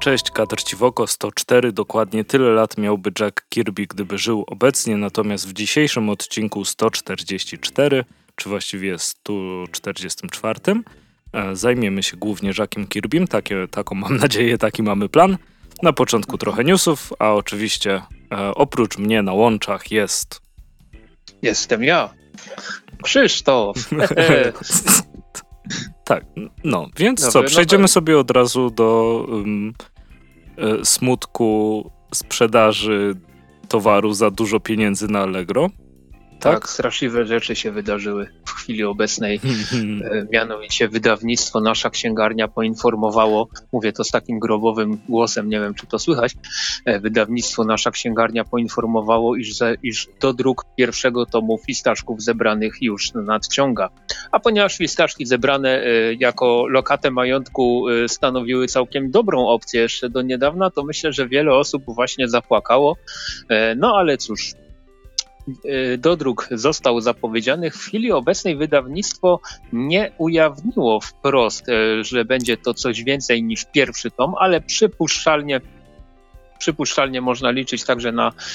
Cześć, kadr ci w oko, 104. Dokładnie tyle lat miałby Jack Kirby, gdyby żył obecnie, natomiast w dzisiejszym odcinku 144, czy właściwie 144, zajmiemy się głównie Jackiem Kirbym. Taką mam nadzieję, taki mamy plan. Na początku trochę newsów, a oczywiście oprócz mnie na łączach jest... Jestem ja, Krzysztof. Tak, więc co, przejdziemy sobie od razu do smutku sprzedaży towaru za dużo pieniędzy na Allegro. Tak, straszliwe rzeczy się wydarzyły w chwili obecnej. Mianowicie wydawnictwo Nasza Księgarnia poinformowało, mówię to z takim grobowym głosem, nie wiem czy to słychać, wydawnictwo Nasza Księgarnia poinformowało, iż dodruk pierwszego tomu fistaszków zebranych już nadciąga. A ponieważ fistaszki zebrane jako lokatę majątku stanowiły całkiem dobrą opcję jeszcze do niedawna, to myślę, że wiele osób właśnie zapłakało. No ale cóż, dodruk został zapowiedziany. W chwili obecnej wydawnictwo nie ujawniło wprost, że będzie to coś więcej niż pierwszy tom, ale przypuszczalnie można liczyć także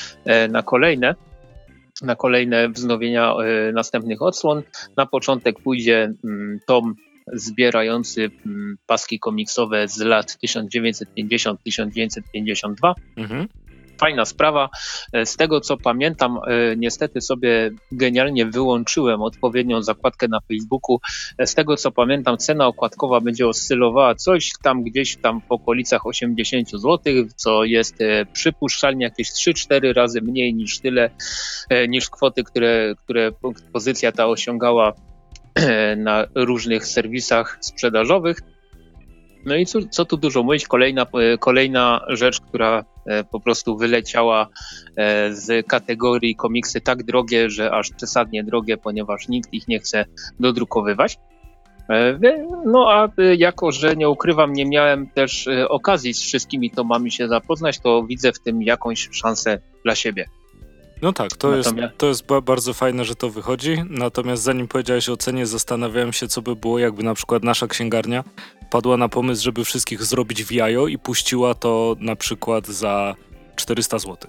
na kolejne wznowienia następnych odsłon. Na początek pójdzie tom zbierający paski komiksowe z lat 1950-1952. Fajna sprawa. Z tego co pamiętam, niestety sobie genialnie wyłączyłem odpowiednią zakładkę na Facebooku. Z tego co pamiętam, cena okładkowa będzie oscylowała coś tam gdzieś tam w okolicach 80 zł, co jest przypuszczalnie jakieś 3-4 razy mniej niż niż kwoty, które pozycja ta osiągała na różnych serwisach sprzedażowych. No i co tu dużo mówić, kolejna rzecz, która po prostu wyleciała z kategorii komiksy tak drogie, że aż przesadnie drogie, ponieważ nikt ich nie chce dodrukowywać. No a jako, że nie ukrywam, nie miałem też okazji z wszystkimi tomami się zapoznać, to widzę w tym jakąś szansę dla siebie. No tak, to jest bardzo fajne, że to wychodzi, natomiast zanim powiedziałeś o cenie, zastanawiałem się, co by było, jakby na przykład Nasza Księgarnia padła na pomysł, żeby wszystkich zrobić w jajo i puściła to na przykład za 400 zł.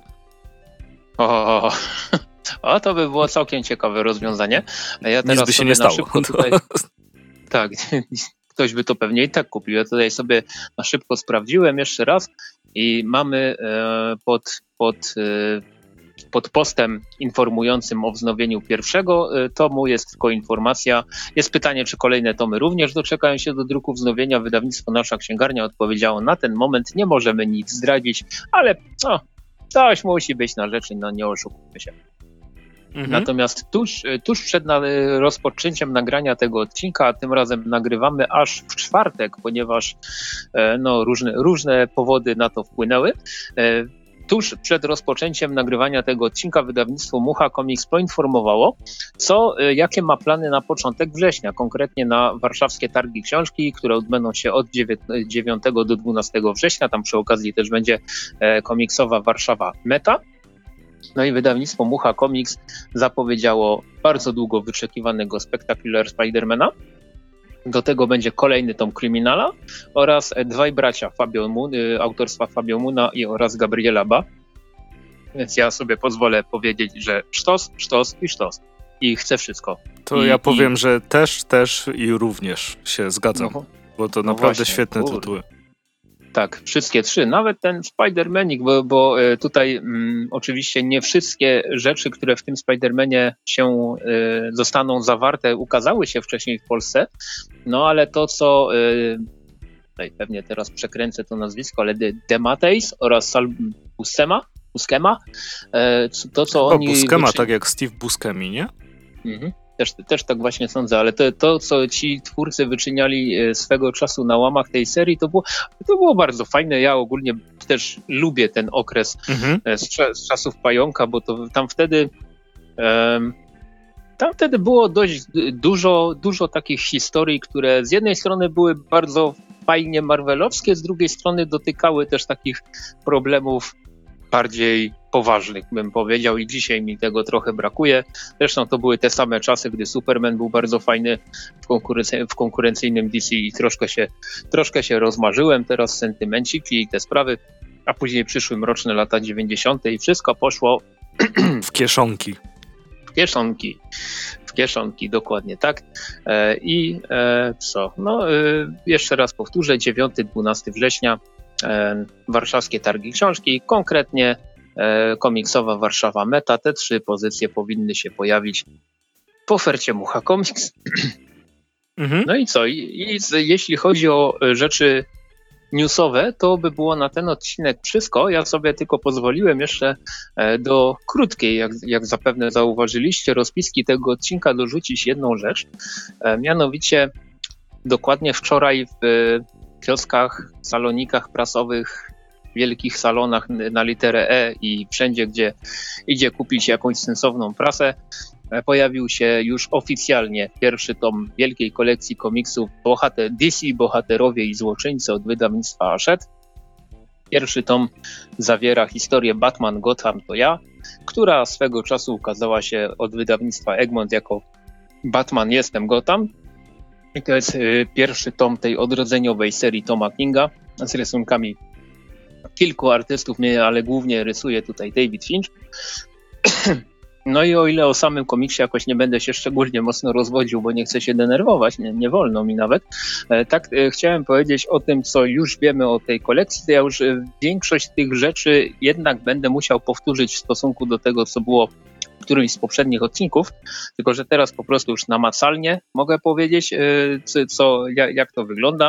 O, to by było całkiem ciekawe rozwiązanie. Ja teraz nic by się nie stało. Tak, ktoś by to pewnie i tak kupił. Ja tutaj sobie na szybko sprawdziłem jeszcze raz i mamy pod postem informującym o wznowieniu pierwszego tomu jest tylko informacja. Jest pytanie, czy kolejne tomy również doczekają się do druku wznowienia. Wydawnictwo Nasza Księgarnia odpowiedziało, na ten moment nie możemy nic zdradzić, ale coś musi być na rzeczy, nie oszukujmy się. Natomiast tuż przed rozpoczęciem nagrania tego odcinka, a tym razem nagrywamy aż w czwartek, ponieważ różne powody na to wpłynęły. Tuż przed rozpoczęciem nagrywania tego odcinka wydawnictwo Mucha Comics poinformowało, jakie ma plany na początek września, konkretnie na warszawskie targi książki, które odbędą się od 9 do 12 września. Tam przy okazji też będzie komiksowa Warszawa Meta. No i wydawnictwo Mucha Comics zapowiedziało bardzo długo wyczekiwanego Spectacular Spidermana. Do tego będzie kolejny tom Kryminala oraz Dwaj bracia autorstwa Fabio Moona oraz Gabriela Ba. Więc ja sobie pozwolę powiedzieć, że sztos, sztos i sztos. I chcę wszystko. To ja powiem, że też i również się zgadzam, bo to naprawdę właśnie, świetne tytuły. Tak, wszystkie trzy, nawet ten Spider-Manik, bo tutaj oczywiście nie wszystkie rzeczy, które w tym Spider-Manie zostaną zawarte, ukazały się wcześniej w Polsce, no ale to co, tutaj pewnie teraz przekręcę to nazwisko, ale DeMatteis oraz Sal Buscema, to co oni... Buscema, tak jak Steve Buscemi, nie? Też tak właśnie sądzę, ale to, co ci twórcy wyczyniali swego czasu na łamach tej serii, to było bardzo fajne. Ja ogólnie też lubię ten okres z czasów Pająka, bo to tam wtedy było dość dużo takich historii, które z jednej strony były bardzo fajnie marvelowskie, z drugiej strony dotykały też takich problemów bardziej poważnych, bym powiedział, i dzisiaj mi tego trochę brakuje. Zresztą to były te same czasy, gdy Superman był bardzo fajny w konkurencyjnym DC i troszkę się rozmarzyłem. Teraz sentymenciki i te sprawy, a później przyszły mroczne lata 90. i wszystko poszło w kieszonki. W kieszonki, dokładnie tak. Co? Jeszcze raz powtórzę, 9-12 września warszawskie targi książki, konkretnie komiksowa Warszawa Meta. Te 3 pozycje powinny się pojawić w ofercie Mucha Comics. No i co? Jeśli chodzi o rzeczy newsowe, to by było na ten odcinek wszystko. Ja sobie tylko pozwoliłem jeszcze do krótkiej, jak zapewne zauważyliście, rozpiski tego odcinka dorzucić jedną rzecz. Mianowicie dokładnie wczoraj w kioskach, salonikach prasowych, wielkich salonach na literę E i wszędzie, gdzie idzie kupić jakąś sensowną prasę, pojawił się już oficjalnie pierwszy tom wielkiej kolekcji komiksów DC, Bohaterowie i Złoczyńcy od wydawnictwa Hachette. Pierwszy tom zawiera historię Batman Gotham to ja, która swego czasu ukazała się od wydawnictwa Egmont jako Batman Jestem Gotham. I to jest pierwszy tom tej odrodzeniowej serii Toma Kinga z rysunkami kilku artystów, ale głównie rysuje tutaj David Finch. No i o ile o samym komiksie jakoś nie będę się szczególnie mocno rozwodził, bo nie chcę się denerwować, nie wolno mi nawet, tak chciałem powiedzieć o tym, co już wiemy o tej kolekcji. Ja już większość tych rzeczy jednak będę musiał powtórzyć w stosunku do tego, co było w którymś z poprzednich odcinków, tylko że teraz po prostu już namacalnie mogę powiedzieć, jak to wygląda.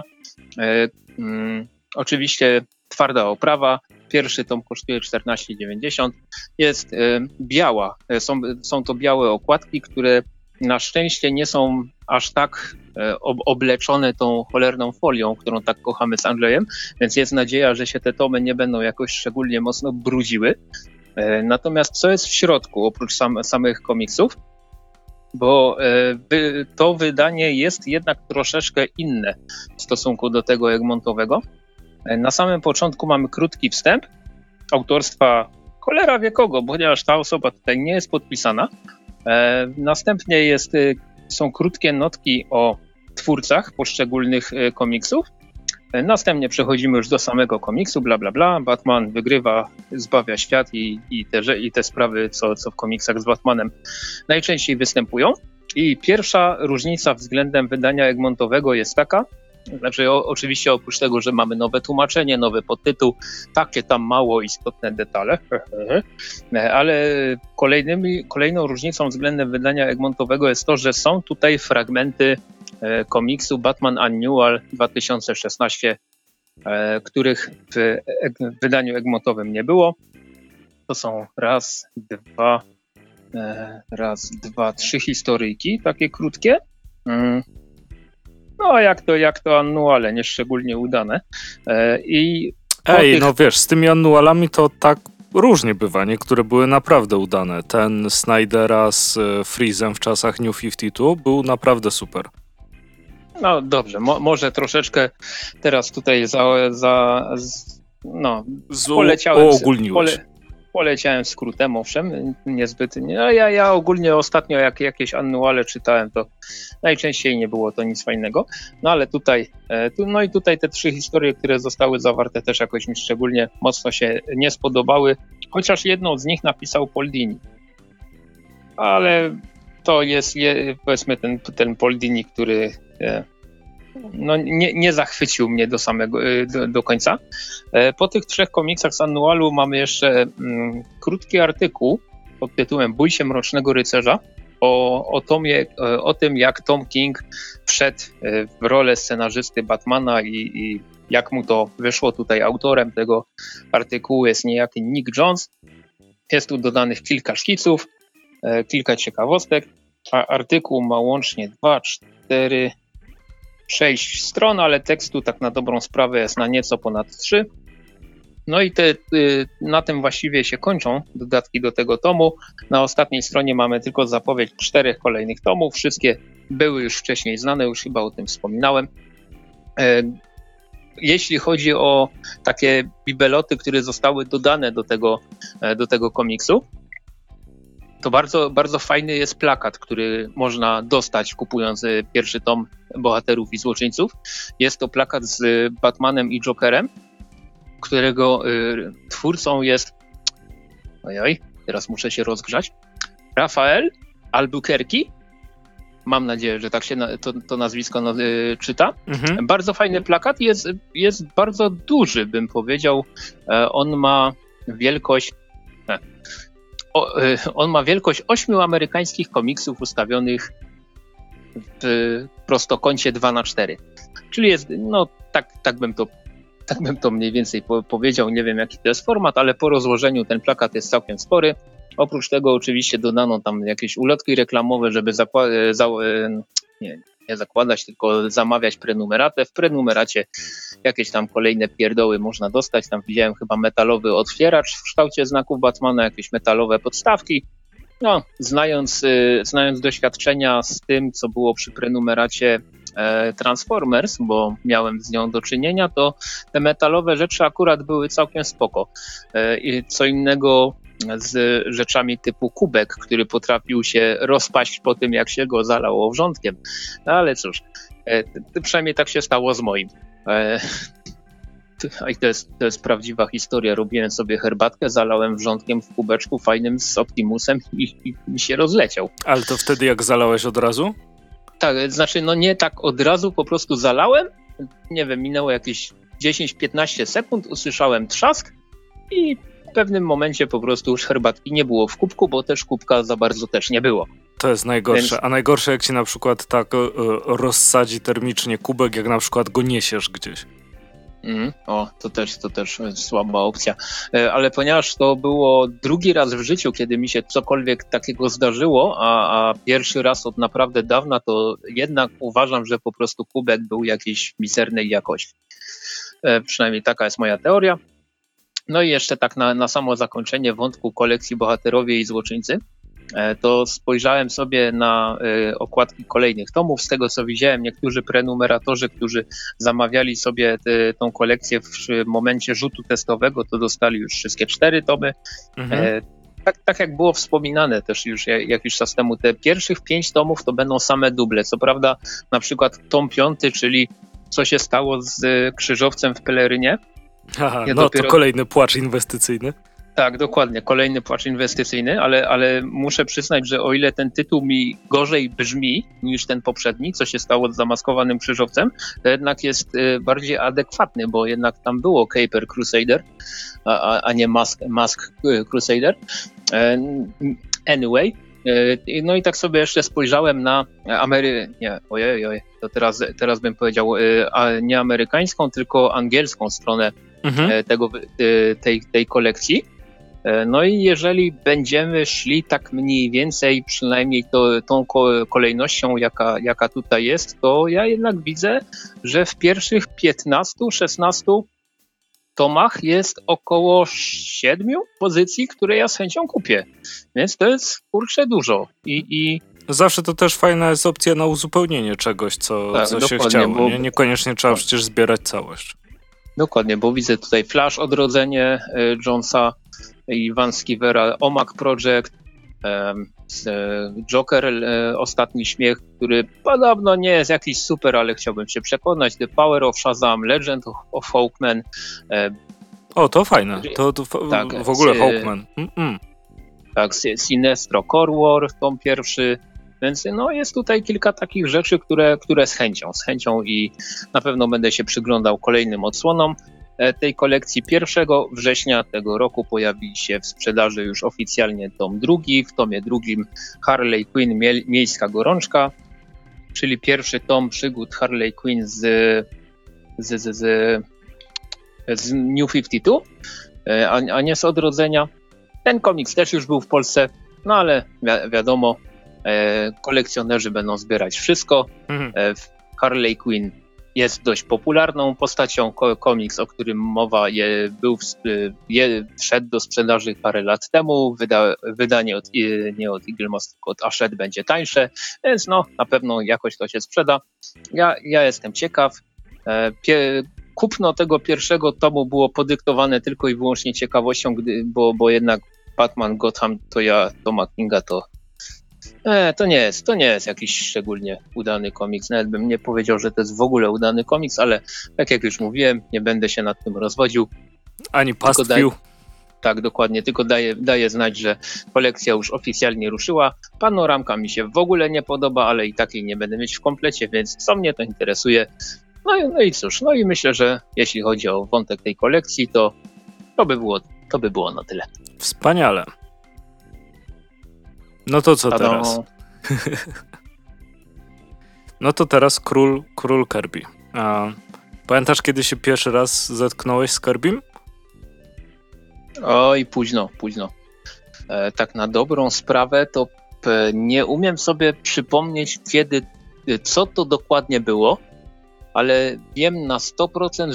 Oczywiście twarda oprawa. Pierwszy tom kosztuje 14,90. Jest biała. Są to białe okładki, które na szczęście nie są aż tak obleczone tą cholerną folią, którą tak kochamy z Andrzejem, więc jest nadzieja, że się te tomy nie będą jakoś szczególnie mocno brudziły. Natomiast co jest w środku, oprócz samych komiksów? Bo to wydanie jest jednak troszeczkę inne w stosunku do tego egmontowego. Na samym początku mamy krótki wstęp autorstwa cholera wie kogo, ponieważ ta osoba tutaj nie jest podpisana. Następnie są krótkie notki o twórcach poszczególnych komiksów. Następnie przechodzimy już do samego komiksu, bla bla bla. Batman wygrywa, zbawia świat i te sprawy, co w komiksach z Batmanem najczęściej występują. I pierwsza różnica względem wydania egmontowego jest taka, znaczy oczywiście oprócz tego, że mamy nowe tłumaczenie, nowy podtytuł, takie tam mało istotne detale, ale kolejną różnicą względem wydania egmontowego jest to, że są tutaj fragmenty komiksu Batman Annual 2016, których w wydaniu egmontowym nie było. To są trzy historyjki, takie krótkie. No jak to annuale, nie szczególnie udane. No wiesz, z tymi annualami to tak różnie bywa. Niektóre były naprawdę udane. Ten Snydera z Freezem w czasach New 52 był naprawdę super. No dobrze, może troszeczkę teraz tutaj poleciałem skrótem, owszem, niezbyt. Ja ogólnie ostatnio jak jakieś annuale czytałem, to najczęściej nie było to nic fajnego. No ale tutaj te trzy historie, które zostały zawarte, też jakoś mi szczególnie mocno się nie spodobały, chociaż jedną z nich napisał Paul Dini. Ale to jest powiedzmy ten Paul Dini, który nie zachwycił mnie do końca. Po tych trzech komiksach z annualu mamy jeszcze krótki artykuł pod tytułem Bój się Mrocznego Rycerza o tym, jak Tom King wszedł w rolę scenarzysty Batmana i jak mu to wyszło. Tutaj autorem tego artykułu jest niejaki Nick Jones. Jest tu dodanych kilka szkiców, kilka ciekawostek, a artykuł ma łącznie 6 stron, ale tekstu tak na dobrą sprawę jest na nieco ponad 3. No i na tym właściwie się kończą dodatki do tego tomu. Na ostatniej stronie mamy tylko zapowiedź 4 kolejnych tomów. Wszystkie były już wcześniej znane, już chyba o tym wspominałem. jeśli chodzi o takie bibeloty, które zostały dodane do tego komiksu, to bardzo, bardzo fajny jest plakat, który można dostać kupując pierwszy tom Bohaterów i Złoczyńców. Jest to plakat z Batmanem i Jokerem, którego twórcą jest, teraz muszę się rozgrzać, Rafael Albuquerque. Mam nadzieję, że tak się to nazwisko czyta. Mhm. Bardzo fajny plakat, jest bardzo duży, bym powiedział. On ma wielkość 8 amerykańskich komiksów ustawionych w prostokącie 2x4. Czyli jest, tak bym to mniej więcej powiedział. Nie wiem, jaki to jest format, ale po rozłożeniu ten plakat jest całkiem spory. Oprócz tego oczywiście dodano tam jakieś ulotki reklamowe, żeby nie zakładać, tylko zamawiać prenumeratę. W prenumeracie jakieś tam kolejne pierdoły można dostać. Tam widziałem chyba metalowy otwieracz w kształcie znaków Batmana, jakieś metalowe podstawki. Znając doświadczenia z tym, co było przy prenumeracie Transformers, bo miałem z nią do czynienia, to te metalowe rzeczy akurat były całkiem spoko. I co innego z rzeczami typu kubek, który potrafił się rozpaść po tym, jak się go zalało wrzątkiem. No ale cóż, przynajmniej tak się stało z moim. I to jest prawdziwa historia. Robiłem sobie herbatkę, zalałem wrzątkiem w kubeczku fajnym z Optimusem i się rozleciał. Ale to wtedy jak zalałeś od razu? Tak, znaczy nie tak od razu, po prostu zalałem. Nie wiem, minęło jakieś 10-15 sekund, usłyszałem trzask i w pewnym momencie po prostu już herbatki nie było w kubku, bo też kubka za bardzo też nie było. To jest najgorsze. Więc... A najgorsze, jak ci na przykład tak rozsadzi termicznie kubek, jak na przykład go niesiesz gdzieś. To też słaba opcja. Ale ponieważ to było drugi raz w życiu, kiedy mi się cokolwiek takiego zdarzyło, a pierwszy raz od naprawdę dawna, to jednak uważam, że po prostu kubek był jakiejś mizernej jakości. Przynajmniej taka jest moja teoria. No i jeszcze tak na samo zakończenie wątku kolekcji Bohaterowie i Złoczyńcy, to spojrzałem sobie na okładki kolejnych tomów. Z tego co widziałem, niektórzy prenumeratorzy, którzy zamawiali sobie tą kolekcję w momencie rzutu testowego, to dostali już wszystkie 4 tomy. Mhm. Tak jak było wspominane też już jakiś czas temu, te pierwszych 5 tomów to będą same duble. Co prawda na przykład tom 5, czyli co się stało z krzyżowcem w pelerynie. Aha, to kolejny płacz inwestycyjny. Tak, dokładnie, kolejny płacz inwestycyjny, ale muszę przyznać, że o ile ten tytuł mi gorzej brzmi niż ten poprzedni, co się stało z zamaskowanym krzyżowcem, to jednak jest bardziej adekwatny, bo jednak tam było Caper Crusader, a nie Mask Crusader. Anyway, no i tak sobie jeszcze spojrzałem na teraz bym powiedział nie amerykańską, tylko angielską stronę tej kolekcji. No i jeżeli będziemy szli tak mniej więcej, przynajmniej tą kolejnością, jaka tutaj jest, to ja jednak widzę, że w pierwszych 15-16 tomach jest około 7 pozycji, które ja z chęcią kupię. Więc to jest dużo. Zawsze to też fajna jest opcja na uzupełnienie czegoś, co się chciało. Niekoniecznie trzeba przecież zbierać całość. Dokładnie, bo widzę tutaj Flash, Odrodzenie Jonesa i Van Skivera, OMAC Project, Joker, Ostatni Śmiech, który podobno nie jest jakiś super, ale chciałbym się przekonać, The Power of Shazam, Legend of Hawkman. To fajne, tak, w ogóle Hawkman. Tak, Sinestro Core War, tom pierwszy, więc jest tutaj kilka takich rzeczy, które z chęcią i na pewno będę się przyglądał kolejnym odsłonom tej kolekcji. 1 września tego roku pojawi się w sprzedaży już oficjalnie tom 2. W tomie 2 Harley Quinn Miejska Gorączka, czyli pierwszy tom przygód Harley Quinn z New 52, a nie z Odrodzenia. Ten komiks też już był w Polsce, ale wiadomo, kolekcjonerzy będą zbierać wszystko. Harley Quinn jest dość popularną postacią. Komiks, o którym mowa, wszedł do sprzedaży parę lat temu. Wydanie nie od Eagle Moss, tylko od Hachette będzie tańsze, więc na pewno jakoś to się sprzeda. Ja jestem ciekaw. kupno tego pierwszego tomu było podyktowane tylko i wyłącznie ciekawością, bo jednak Batman Gotham to Toma Kinga to nie jest jakiś szczególnie udany komiks. Nawet bym nie powiedział, że to jest w ogóle udany komiks, ale tak jak już mówiłem, nie będę się nad tym rozwodził. Ani pastwił. Tak, dokładnie, tylko daję znać, że kolekcja już oficjalnie ruszyła. Panoramka mi się w ogóle nie podoba, ale i takiej nie będę mieć w komplecie, więc co mnie to interesuje. No i cóż, no i myślę, że jeśli chodzi o wątek tej kolekcji, to by było na tyle. Wspaniale. No to co teraz? No to teraz król Kirby. Pamiętasz, kiedy się pierwszy raz zetknąłeś z Kirbym? Oj, późno. Tak na dobrą sprawę to nie umiem sobie przypomnieć, co to dokładnie było, ale wiem na 100%,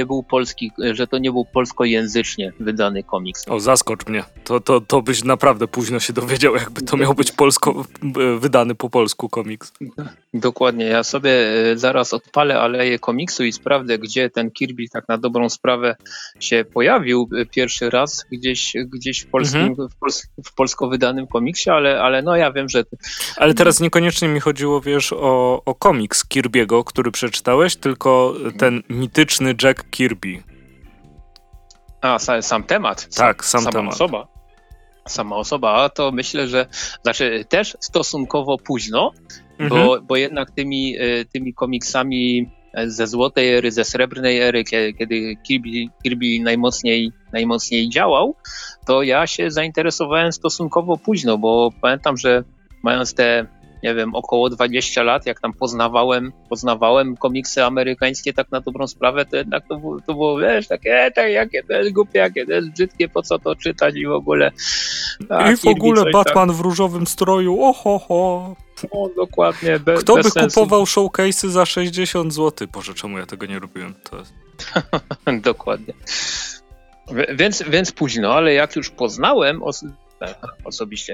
że to nie był polskojęzycznie wydany komiks. O, zaskocz mnie. To byś naprawdę późno się dowiedział, jakby to miał być wydany po polsku komiks. Dokładnie. Ja sobie zaraz odpalę aleję komiksu i sprawdzę, gdzie ten Kirby tak na dobrą sprawę się pojawił pierwszy raz gdzieś w polskim, w polsko wydanym komiksie, ale no ja wiem, że... Ale teraz niekoniecznie mi chodziło, wiesz, o komiks Kirby'ego, który przeczytałeś, tylko ten mityczny Jack Kirby. A, sam temat. Tak, sam temat. Sama osoba, a to myślę, że też stosunkowo późno, bo jednak tymi komiksami ze złotej ery, ze srebrnej ery, kiedy Kirby najmocniej działał, to ja się zainteresowałem stosunkowo późno, bo pamiętam, że mając nie wiem, około 20 lat, jak tam poznawałem komiksy amerykańskie, tak na dobrą sprawę, to jednak to było, wiesz, takie, jakie to jest głupie, jakie to jest brzydkie, po co to czytać i w ogóle. I w ogóle Batman w różowym stroju, oho. No, dokładnie, Kto bez by sensu. kupował showcase'y za 60 zł? Boże, czemu ja tego nie robiłem? To jest... Dokładnie. Więc późno, ale jak już poznałem osobiście,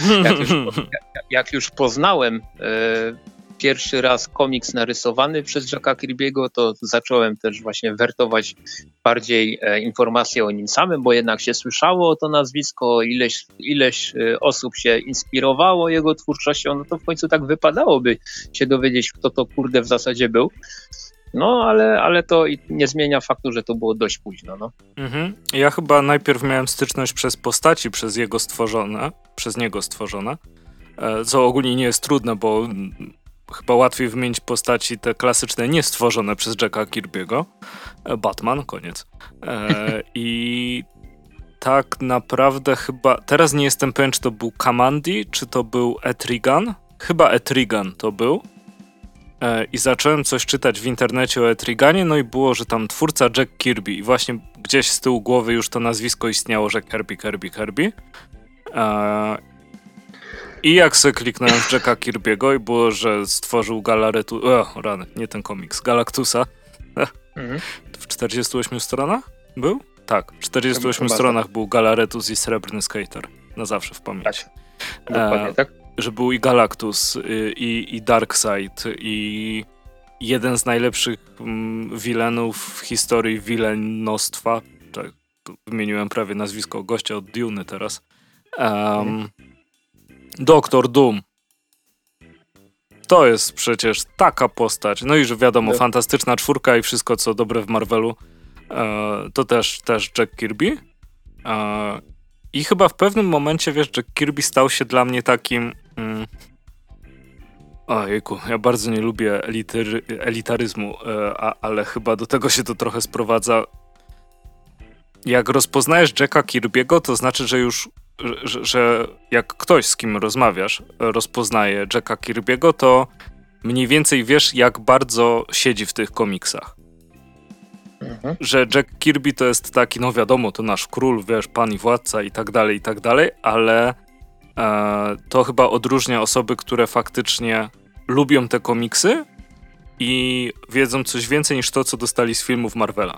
jak już poznałem pierwszy raz komiks narysowany przez Jacka Kirby'ego, to zacząłem też właśnie wertować bardziej informacje o nim samym, bo jednak się słyszało o to nazwisko, ileś osób się inspirowało jego twórczością, no to w końcu tak wypadałoby się dowiedzieć, kto to kurde w zasadzie był. No, ale to nie zmienia faktu, że to było dość późno. No. Ja chyba najpierw miałem styczność przez postaci, przez niego stworzone, co ogólnie nie jest trudne, bo chyba łatwiej wymienić postaci te klasyczne, nie stworzone przez Jacka Kirby'ego. Batman, koniec. I tak naprawdę chyba, teraz nie jestem pewien, czy to był Kamandi, czy to był Etrigan. Chyba Etrigan to był. I zacząłem coś czytać w internecie o Etriganie, no i było, że tam twórca Jack Kirby i właśnie gdzieś z tyłu głowy już to nazwisko istniało, że Kirby. I jak sobie kliknąłem w Jacka Kirby'ego i było, że stworzył nie ten komiks, Galactusa. W 48 stronach był? Tak, w 48 stronach był Galaretus i Srebrny Skater. Na zawsze w pamięci. Tak. Dokładnie, tak? Że był i Galactus, i Darkseid, i jeden z najlepszych villainów w historii villainostwa. Tak, wymieniłem prawie nazwisko gościa od Duny teraz. Doktor Doom. To jest przecież taka postać. No i że wiadomo, Fantastyczna Czwórka i wszystko, co dobre w Marvelu. To też Jack Kirby. I chyba w pewnym momencie, wiesz, Jack Kirby stał się dla mnie takim... Ojejku, ja bardzo nie lubię elitaryzmu, ale chyba do tego się to trochę sprowadza. Jak rozpoznajesz Jacka Kirby'ego, to znaczy, że już że jak ktoś, z kim rozmawiasz, rozpoznaje Jacka Kirby'ego, to mniej więcej wiesz, jak bardzo siedzi w tych komiksach. Że Jack Kirby to jest taki, no wiadomo, to nasz król, wiesz, pan i władca i tak dalej, ale to chyba odróżnia osoby, które faktycznie lubią te komiksy i wiedzą coś więcej niż to, co dostali z filmów Marvela.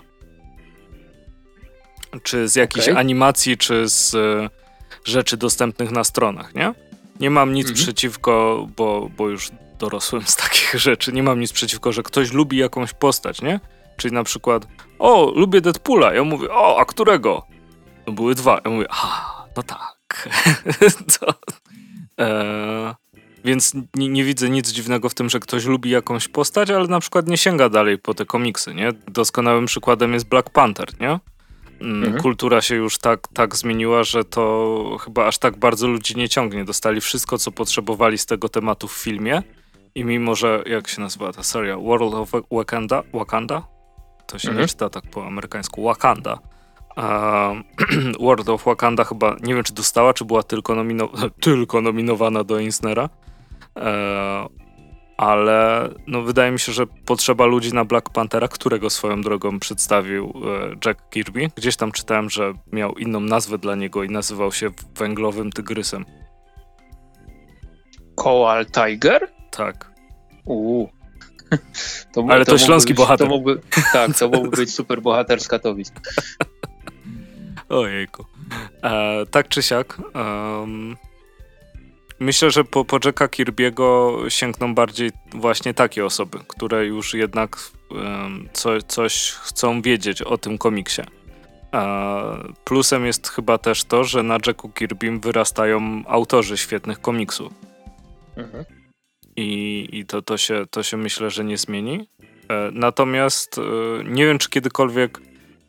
Czy z jakichś animacji, czy z rzeczy dostępnych na stronach, nie? Nie mam nic przeciwko, bo już dorosłem z takich rzeczy, nie mam nic przeciwko, że ktoś lubi jakąś postać, nie? Czyli na przykład, o, lubię Deadpoola. Ja mówię, o, a którego? No były 2. Ja mówię, no tak. Więc nie widzę nic dziwnego w tym, że ktoś lubi jakąś postać, ale na przykład nie sięga dalej po te komiksy, nie? Doskonałym przykładem jest Black Panther, nie? Kultura się już tak zmieniła, że to chyba aż tak bardzo ludzi nie ciągnie. Dostali wszystko, co potrzebowali z tego tematu w filmie i mimo, że, jak się nazywa ta seria? World of Wakanda? To się nie czyta tak po amerykańsku. Wakanda. World of Wakanda chyba, nie wiem czy dostała, czy była tylko nominowana do Eisnera, ale no wydaje mi się, że potrzeba ludzi na Black Panthera, którego swoją drogą przedstawił Jack Kirby. Gdzieś tam czytałem, że miał inną nazwę dla niego i nazywał się Węglowym Tygrysem. Coal Tiger? Tak. Ale to śląski bohater. To mógłby być super bohater z Katowic. Ojejku. Tak czy siak, myślę, że po Jacka Kirby'ego sięgną bardziej właśnie takie osoby, które już jednak coś chcą wiedzieć o tym komiksie. Plusem jest chyba też to, że na Jacku Kirbym wyrastają autorzy świetnych komiksów. I to się myślę, że nie zmieni. Natomiast nie wiem, czy kiedykolwiek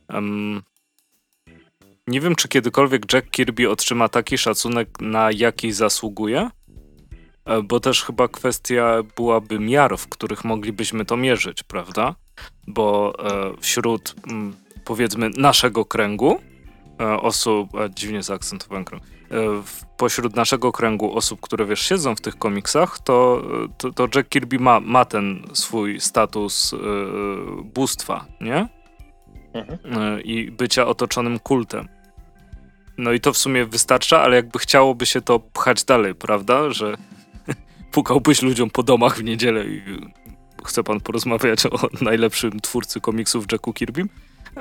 Jack Kirby otrzyma taki szacunek, na jaki zasługuje, bo też chyba kwestia byłaby miar, w których moglibyśmy to mierzyć, prawda? Bo wśród, powiedzmy, naszego kręgu osób, dziwnie zaakcentowałem kręg, pośród naszego kręgu osób, które wiesz, siedzą w tych komiksach, to Jack Kirby ma ten swój status bóstwa, nie? I bycia otoczonym kultem. No i to w sumie wystarcza, ale jakby chciałoby się to pchać dalej, prawda? Że pukałbyś ludziom po domach w niedzielę i chce pan porozmawiać o najlepszym twórcy komiksów Jacku Kirbym?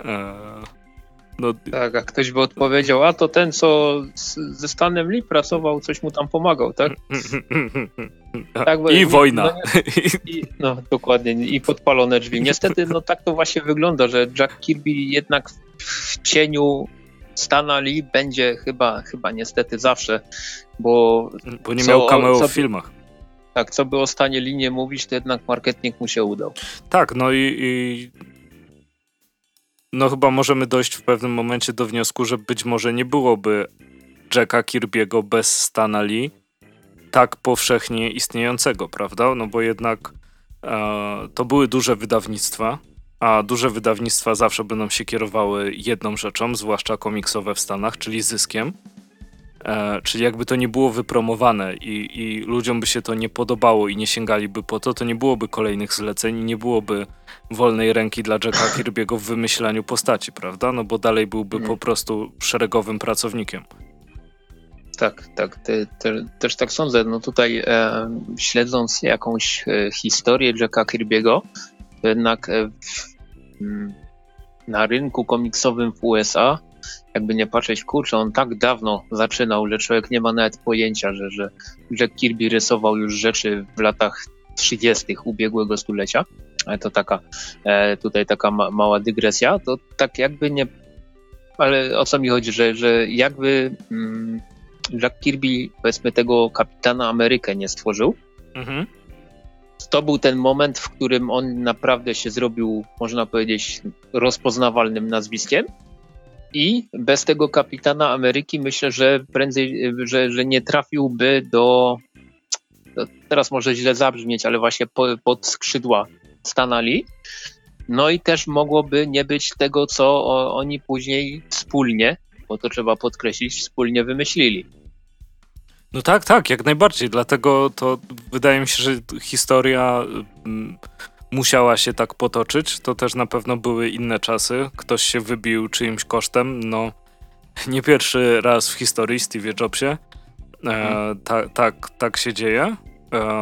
Tak, a ktoś by odpowiedział, a to ten, co ze Stanem Lee pracował, coś mu tam pomagał, tak? Tak I wojna. No dokładnie, i podpalone drzwi. Niestety, tak to właśnie wygląda, że Jack Kirby jednak w cieniu Stana Lee będzie chyba niestety zawsze, bo nie miał cameo w filmach. Tak, co by o Stanie Lee nie mówić, to jednak marketing mu się udał. Tak, no chyba możemy dojść w pewnym momencie do wniosku, że być może nie byłoby Jacka Kirby'ego bez Stana Lee tak powszechnie istniejącego, prawda? No bo jednak to były duże wydawnictwa, a duże wydawnictwa zawsze będą się kierowały jedną rzeczą, zwłaszcza komiksowe w Stanach, czyli zyskiem. Czyli jakby to nie było wypromowane i ludziom by się to nie podobało i nie sięgaliby po to nie byłoby kolejnych zleceń i nie byłoby wolnej ręki dla Jacka Kirby'ego w wymyślaniu postaci, prawda? No bo dalej byłby po prostu szeregowym pracownikiem. Tak, też tak sądzę. No tutaj śledząc jakąś historię Jacka Kirby'ego, to jednak na rynku komiksowym w USA, jakby nie patrzeć, kurczę, on tak dawno zaczynał, że człowiek nie ma nawet pojęcia, że Jack Kirby rysował już rzeczy w latach 30. ubiegłego stulecia. Ale to taka mała dygresja, to tak jakby nie... Ale o co mi chodzi, że jakby Jack Kirby, powiedzmy, tego Kapitana Amerykę nie stworzył, to był ten moment, w którym on naprawdę się zrobił, można powiedzieć, rozpoznawalnym nazwiskiem. I bez tego Kapitana Ameryki myślę, że prędzej, że nie trafiłby teraz może źle zabrzmieć, ale właśnie pod skrzydła Stana Lee. No i też mogłoby nie być tego, co oni później wspólnie, bo to trzeba podkreślić, wspólnie wymyślili. No tak, jak najbardziej. Dlatego to wydaje mi się, że historia musiała się tak potoczyć. To też na pewno były inne czasy. Ktoś się wybił czyimś kosztem. No, nie pierwszy raz w historii Steve Jobsie. Tak się dzieje.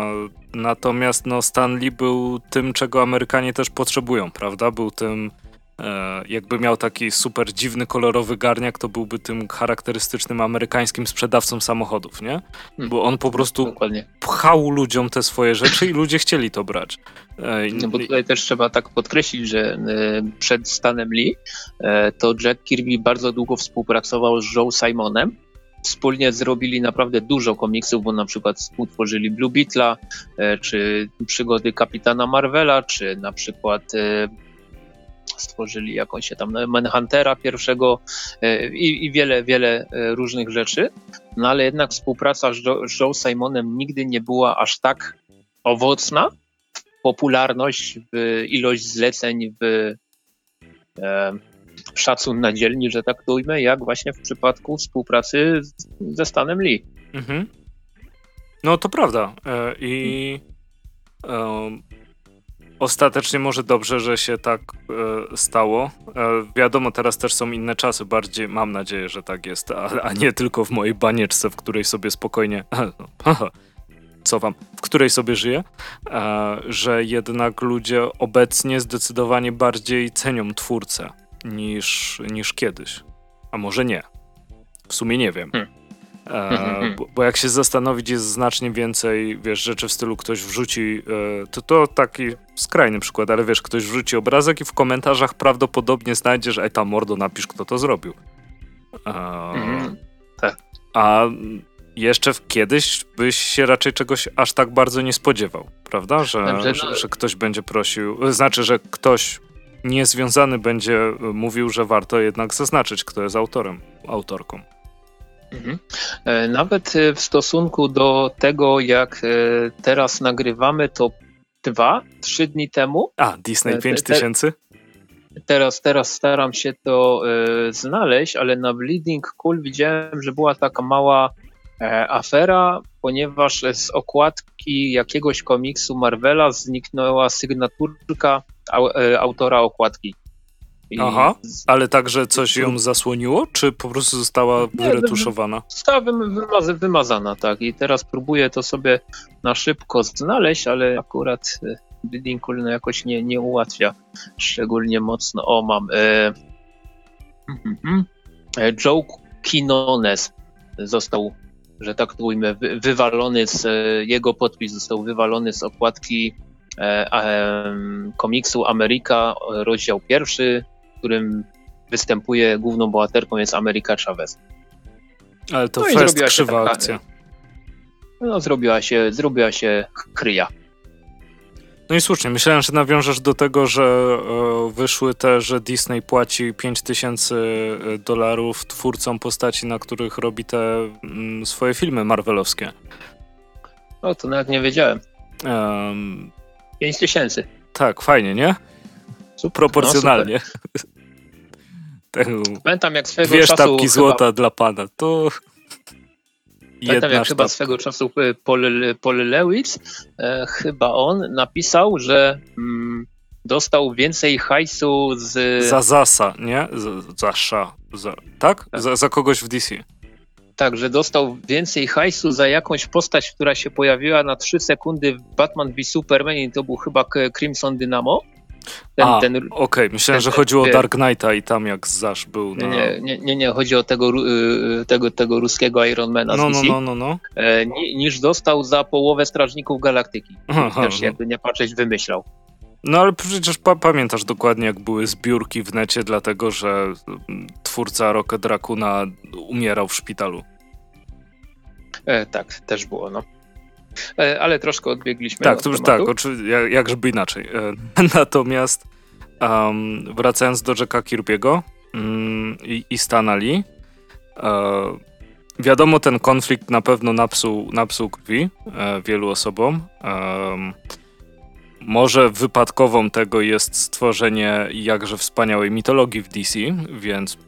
Natomiast Stan Lee był tym, czego Amerykanie też potrzebują, prawda? Był tym Jakby miał taki super dziwny, kolorowy garniak, to byłby tym charakterystycznym amerykańskim sprzedawcą samochodów, nie? Bo on po prostu Dokładnie. pchał ludziom te swoje rzeczy i ludzie chcieli to brać. No bo tutaj też trzeba tak podkreślić, że przed Stanem Lee to Jack Kirby bardzo długo współpracował z Joe Simonem. Wspólnie zrobili naprawdę dużo komiksów, bo na przykład współtworzyli Blue Beetla, czy przygody Kapitana Marvela, czy na przykład stworzyli jakąś tam Manhuntera pierwszego i wiele różnych rzeczy. No ale jednak współpraca z Joe Simonem nigdy nie była aż tak owocna. Popularność, w ilość zleceń, w szacun na dzielni, że tak to ujmę, jak właśnie w przypadku współpracy ze Stanem Lee. Mhm. No to prawda. Ostatecznie może dobrze, że się tak stało. Wiadomo, teraz też są inne czasy, bardziej mam nadzieję, że tak jest, a nie tylko w mojej banieczce, w której sobie spokojnie w której sobie żyję, że jednak ludzie obecnie zdecydowanie bardziej cenią twórcę niż kiedyś. A może nie. W sumie nie wiem. Bo jak się zastanowić, jest znacznie więcej, wiesz, rzeczy w stylu ktoś wrzuci, to taki skrajny przykład, ale wiesz, ktoś wrzuci obrazek i w komentarzach prawdopodobnie znajdziesz, tam mordo, napisz, kto to zrobił. Tak. A jeszcze kiedyś byś się raczej czegoś aż tak bardzo nie spodziewał, prawda? Że ktoś będzie prosił, znaczy, że ktoś niezwiązany będzie mówił, że warto jednak zaznaczyć, kto jest autorką. Nawet w stosunku do tego, jak teraz nagrywamy, to 2-3 dni temu. Disney 5000? Teraz staram się to znaleźć, ale na Bleeding Cool widziałem, że była taka mała afera, ponieważ z okładki jakiegoś komiksu Marvela zniknęła sygnaturka autora okładki. Ale także coś ją zasłoniło, czy po prostu została wyretuszowana? Została wymazana, tak. I teraz próbuję to sobie na szybko znaleźć, ale akurat Bleeding Cool jakoś nie ułatwia szczególnie mocno. Mam. Joe Quinones został, że tak to ujmę, wywalony jego podpis został wywalony z okładki komiksu Ameryka, rozdział 1, w którym występuje główną bohaterką jest Ameryka Chavez. Ale to fest krzywa akcja. No zrobiła się kryja. No i słusznie, myślałem, że nawiążesz do tego, że wyszły te, że Disney płaci $5000 twórcom postaci, na których robi te swoje filmy marvelowskie. No to nawet nie wiedziałem. 5000. Tak, fajnie, nie? Super. Proporcjonalnie. Pamiętam jak swego 2 czasu sztabki złota dla pana, to pamiętam jak chyba swego czasu Paul Lewis, chyba on napisał, że dostał więcej hajsu za Zasa, nie? Tak? Za kogoś w DC. Tak, że dostał więcej hajsu za jakąś postać, która się pojawiła na 3 sekundy w Batman v Superman i to był chyba Crimson Dynamo. Okej. Myślałem, że chodziło o Dark Knighta i tam jak Zasz był. Nie, chodzi o tego ruskiego Ironmana z DC. No. Niż dostał za połowę Strażników Galaktyki. Też jakby nie patrzeć wymyślał. No ale przecież pamiętasz dokładnie, jak były zbiórki w necie, dlatego że twórca Rocket Raccoona umierał w szpitalu. Tak, też było, no. Ale troszkę odbiegliśmy. Tak, to już tak, jak żeby inaczej. Natomiast wracając do Jacka Kirby'ego i Stana Lee, wiadomo, ten konflikt na pewno napsuł krwi wielu osobom. Może wypadkową tego jest stworzenie jakże wspaniałej mitologii w DC, więc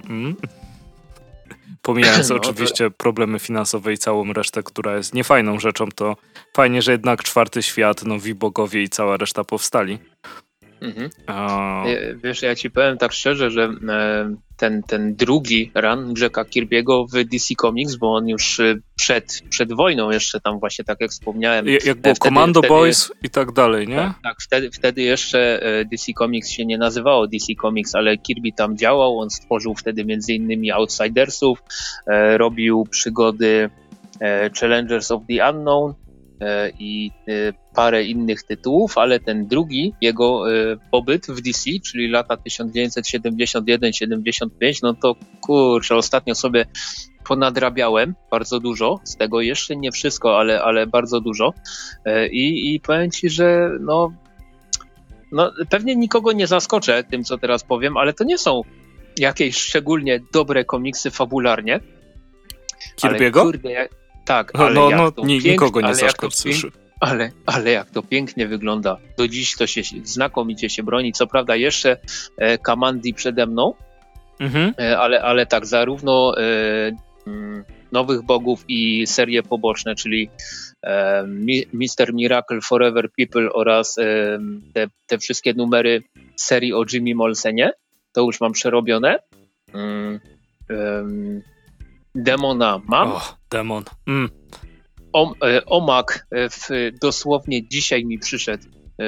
pomijając oczywiście problemy finansowe i całą resztę, która jest niefajną rzeczą, to fajnie, że jednak Czwarty Świat, nowi bogowie i cała reszta powstali. Mhm. Wiesz, ja ci powiem tak szczerze, że ten drugi run Jacka Kirby'ego w DC Comics, bo on już przed wojną jeszcze tam właśnie, tak jak wspomniałem. Jak było Commando Boys i tak dalej, nie? Tak, wtedy jeszcze DC Comics się nie nazywało DC Comics, ale Kirby tam działał, on stworzył wtedy między innymi Outsidersów, robił przygody Challengers of the Unknown i parę innych tytułów, ale ten drugi, jego pobyt w DC, czyli lata 1971-75, no to kurczę, ostatnio sobie ponadrabiałem bardzo dużo, z tego jeszcze nie wszystko, ale bardzo dużo i powiem ci, że no pewnie nikogo nie zaskoczę tym, co teraz powiem, ale to nie są jakieś szczególnie dobre komiksy fabularnie. Kirby'ego? Tak, ale nikogo nie zaskoczy. Ale jak to pięknie wygląda. Do dziś to się znakomicie się broni. Co prawda jeszcze Kamandi przede mną, ale tak, zarówno Nowych Bogów i serie poboczne, czyli Mr. Miracle, Forever People oraz te wszystkie numery serii o Jimmy Molsenie, to już mam przerobione. Demona mam. Demon. Omak dosłownie dzisiaj mi przyszedł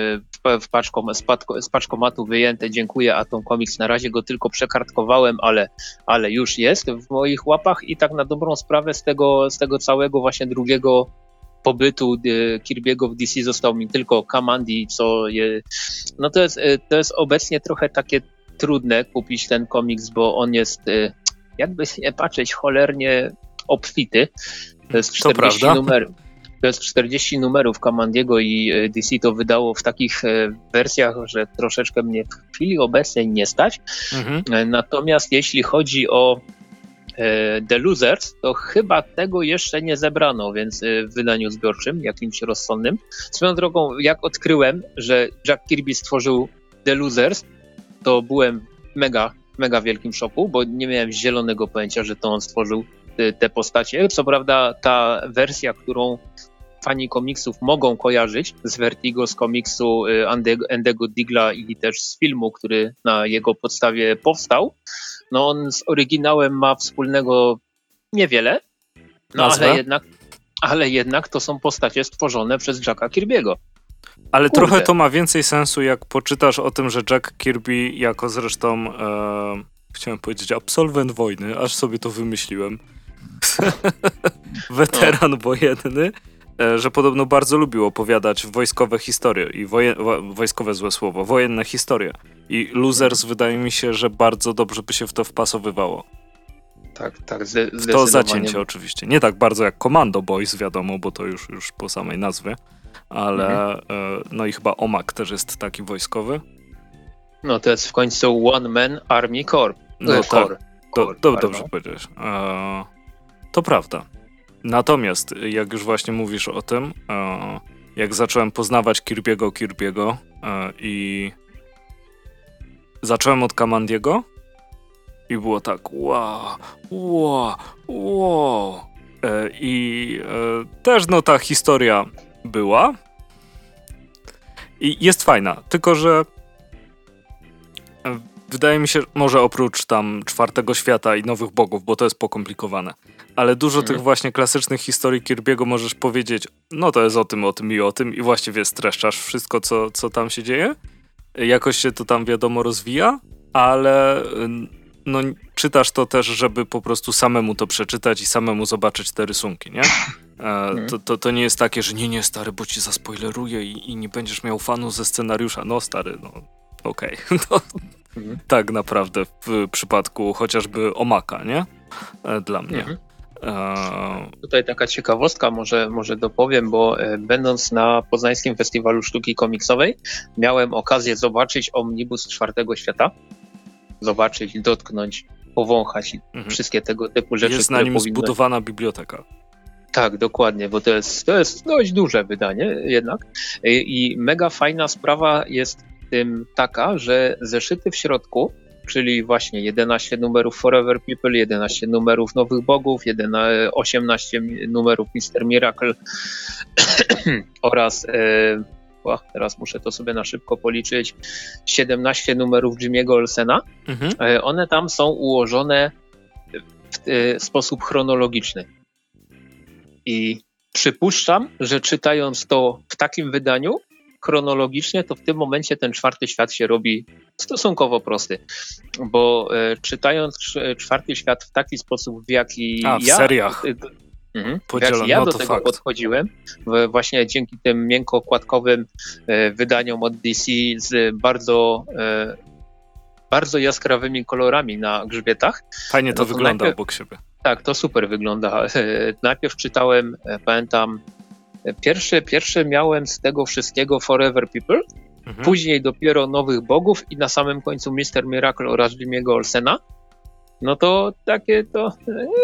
z paczkomatu wyjęte. Dziękuję, Atom Comics. Na razie go tylko przekartkowałem, ale już jest w moich łapach i tak na dobrą sprawę z tego całego właśnie drugiego pobytu Kirby'ego w DC został mi tylko Kamandi, no to jest obecnie trochę takie trudne kupić ten komiks, bo on jest jakby nie patrzeć cholernie obfity. To jest 40 numerów. To jest 40 numerów Kamandiego i DC to wydało w takich wersjach, że troszeczkę mnie w chwili obecnej nie stać. Natomiast jeśli chodzi o The Losers, to chyba tego jeszcze nie zebrano, więc w wydaniu zbiorczym, jakimś rozsądnym. Swoją drogą, jak odkryłem, że Jack Kirby stworzył The Losers, to byłem w mega wielkim szoku, bo nie miałem zielonego pojęcia, że to on stworzył te postacie. Co prawda ta wersja, którą fani komiksów mogą kojarzyć z Vertigo, z komiksu Andego Digla i też z filmu, który na jego podstawie powstał, no on z oryginałem ma wspólnego niewiele, ale jednak to są postacie stworzone przez Jacka Kirby'ego. Ale trochę to ma więcej sensu, jak poczytasz o tym, że Jack Kirby jako zresztą chciałem powiedzieć absolwent wojny, aż sobie to wymyśliłem. Weteran wojenny, że podobno bardzo lubił opowiadać wojskowe historie i wojskowe złe słowo, wojenne historie. I Losers wydaje mi się, że bardzo dobrze by się w to wpasowywało. Tak, w to zacięcie oczywiście. Nie tak bardzo jak Commando Boys, wiadomo, bo to już po samej nazwie, ale no i chyba Omak też jest taki wojskowy. No to jest w końcu One Man Army Corps. No tak, dobrze powiedziałeś. To prawda. Natomiast jak już właśnie mówisz o tym, jak zacząłem poznawać Kirby'ego i zacząłem od Kamandiego i było tak wow. I też no ta historia była i jest fajna, tylko że wydaje mi się, może oprócz tam Czwartego Świata i Nowych Bogów, bo to jest pokomplikowane, ale dużo tych właśnie klasycznych historii Kirby'ego możesz powiedzieć, no to jest o tym i właściwie streszczasz wszystko, co tam się dzieje. Jakoś się to tam wiadomo rozwija, ale no czytasz to też, żeby po prostu samemu to przeczytać i samemu zobaczyć te rysunki, nie? To nie jest takie, że nie stary, bo ci zaspoileruję i nie będziesz miał fanu ze scenariusza. No stary, no okej. Tak naprawdę w przypadku chociażby Omaka, nie? Dla mnie. Tutaj taka ciekawostka, może dopowiem, bo będąc na Poznańskim Festiwalu Sztuki Komiksowej miałem okazję zobaczyć omnibus Czwartego Świata. Zobaczyć, dotknąć, powąchać wszystkie tego typu rzeczy. Jest na nim zbudowana biblioteka. Tak, dokładnie, bo to jest dość duże wydanie jednak. I mega fajna sprawa jest tym taka, że zeszyty w środku, czyli właśnie 11 numerów Forever People, 11 numerów Nowych Bogów, 18 numerów Mr. Miracle oraz teraz muszę to sobie na szybko policzyć, 17 numerów Jimmy'ego Olsena. One tam są ułożone w sposób chronologiczny. I przypuszczam, że czytając to w takim wydaniu chronologicznie, to w tym momencie ten czwarty świat się robi stosunkowo prosty. Bo czytając czwarty świat w taki sposób, w jaki w seriach. Ja do tego podchodziłem, właśnie dzięki tym miękko-okładkowym wydaniom od DC z bardzo jaskrawymi kolorami na grzbietach. Fajnie to wygląda obok siebie. Tak, to super wygląda. Najpierw czytałem, pamiętam, pierwszy miałem z tego wszystkiego Forever People, później dopiero Nowych Bogów i na samym końcu Mr. Miracle oraz Jimmy'ego Olsena. No to takie to...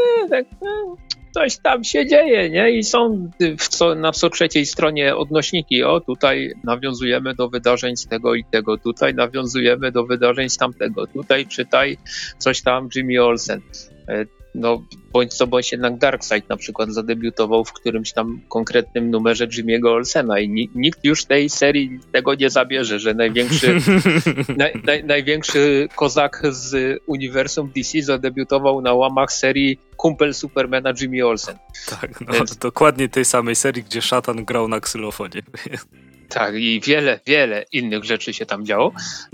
coś tam się dzieje, nie? I są na co trzeciej stronie odnośniki. Tutaj nawiązujemy do wydarzeń z tego i tego, tutaj nawiązujemy do wydarzeń z tamtego, tutaj czytaj coś tam Jimmy Olsen. No, bądź jednak Darkseid na przykład zadebiutował w którymś tam konkretnym numerze Jimmy'ego Olsena i nikt już tej serii tego nie zabierze, że największy kozak z uniwersum DC zadebiutował na łamach serii Kumpel Supermana Jimmy Olsen. Tak, dokładnie tej samej serii, gdzie szatan grał na ksylofonie. Tak, i wiele innych rzeczy się tam działo.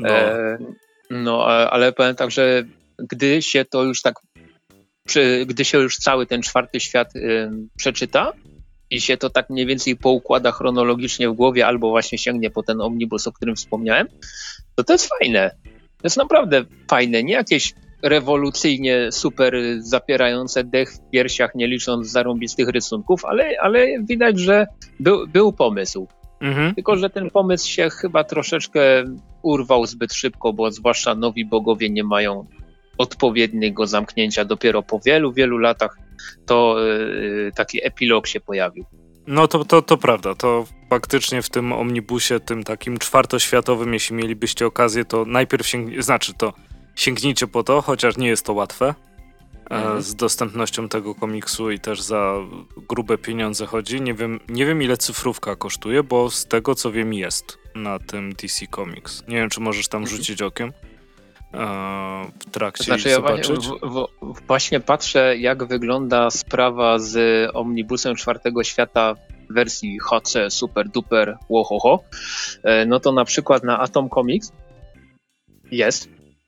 Ale powiem tak, że gdy się to już tak gdy się już cały ten czwarty świat przeczyta i się to tak mniej więcej poukłada chronologicznie w głowie albo właśnie sięgnie po ten omnibus, o którym wspomniałem, to jest fajne. To jest naprawdę fajne. Nie jakieś rewolucyjnie super zapierające dech w piersiach, nie licząc zarąbistych rysunków, ale widać, że był pomysł. Tylko że ten pomysł się chyba troszeczkę urwał zbyt szybko, bo zwłaszcza nowi bogowie nie mają odpowiedniego zamknięcia. Dopiero po wielu latach to taki epilog się pojawił. No to prawda, to faktycznie w tym omnibusie, tym takim czwartoświatowym, jeśli mielibyście okazję, to najpierw sięgnijcie po to, chociaż nie jest to łatwe. Z dostępnością tego komiksu i też za grube pieniądze chodzi. Nie wiem ile cyfrówka kosztuje, bo z tego co wiem jest na tym DC Comics. Nie wiem, czy możesz tam rzucić okiem w trakcie i zobaczyć. Właśnie patrzę, jak wygląda sprawa z omnibusem czwartego świata w wersji HC, super duper, łohoho. No to na przykład na Atom Comics jest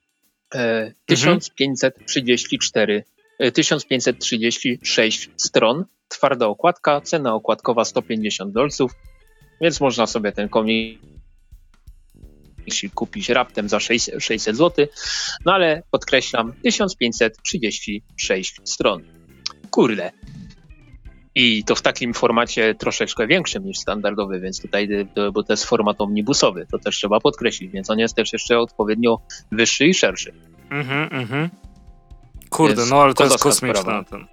1536 stron, twarda okładka, cena okładkowa $150, więc można sobie ten komiks kupić raptem za 600 zł, no ale podkreślam, 1536 stron. Kurde. I to w takim formacie troszeczkę większym niż standardowy, więc tutaj, bo to jest format omnibusowy, to też trzeba podkreślić, więc on jest też jeszcze odpowiednio wyższy i szerszy. Kurde, więc no ale to jest kosmiczna ten.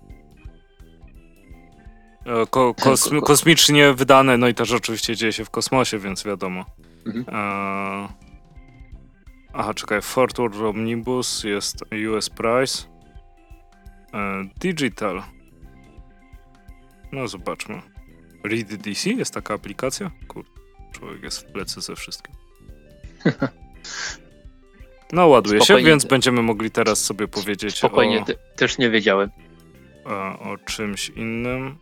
Kosmicznie wydane, no i też oczywiście dzieje się w kosmosie, więc wiadomo. Czekaj, Fort Worth Omnibus jest US Price. Digital. No zobaczmy. Read DC? Jest taka aplikacja? Kurde, człowiek jest w plecy ze wszystkim. No ładuje spokojnie, się, więc będziemy mogli teraz sobie powiedzieć spokojnie, też nie wiedziałem. O czymś innym.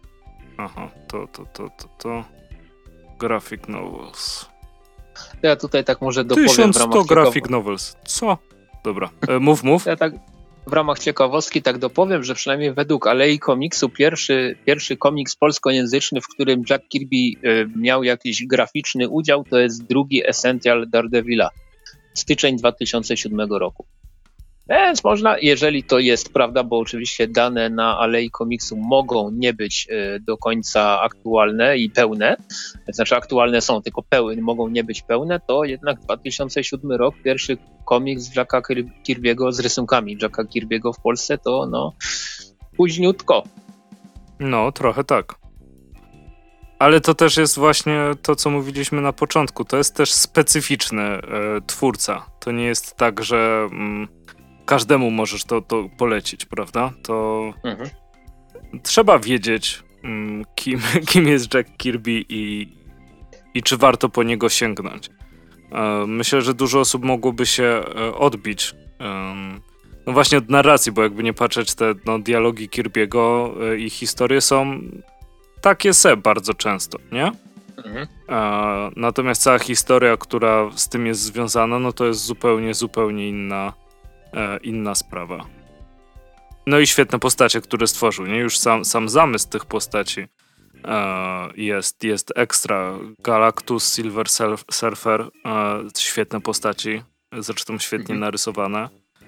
To. Graphic Novels. Ja tutaj tak może dopowiem 1100 graphic novels. Co? Dobra, mów. Ja tak w ramach ciekawostki tak dopowiem, że przynajmniej według Alei Komiksu pierwszy komiks polskojęzyczny, w którym Jack Kirby miał jakiś graficzny udział, to jest drugi Essential Daredevila. Styczeń 2007 roku. Więc można, jeżeli to jest prawda, bo oczywiście dane na Alei Komiksu mogą nie być do końca aktualne i pełne, znaczy aktualne są, tylko mogą nie być pełne, to jednak 2007 rok, pierwszy komiks Jacka Kirby'ego z rysunkami Jacka Kirby'ego w Polsce, to no późniutko. No, trochę tak. Ale to też jest właśnie to, co mówiliśmy na początku. To jest też specyficzny twórca. To nie jest tak, że każdemu możesz to polecić, prawda? To trzeba wiedzieć, kim jest Jack Kirby i czy warto po niego sięgnąć. Myślę, że dużo osób mogłoby się odbić no właśnie od narracji, bo jakby nie patrzeć, te dialogi Kirby'ego i historie są takie bardzo często, nie? Natomiast cała historia, która z tym jest związana, no to jest zupełnie inna sprawa. No i świetne postacie, które stworzył, nie? Już sam zamysł tych postaci jest ekstra. Galactus, Silver Surfer, świetne postaci, zresztą świetnie narysowane.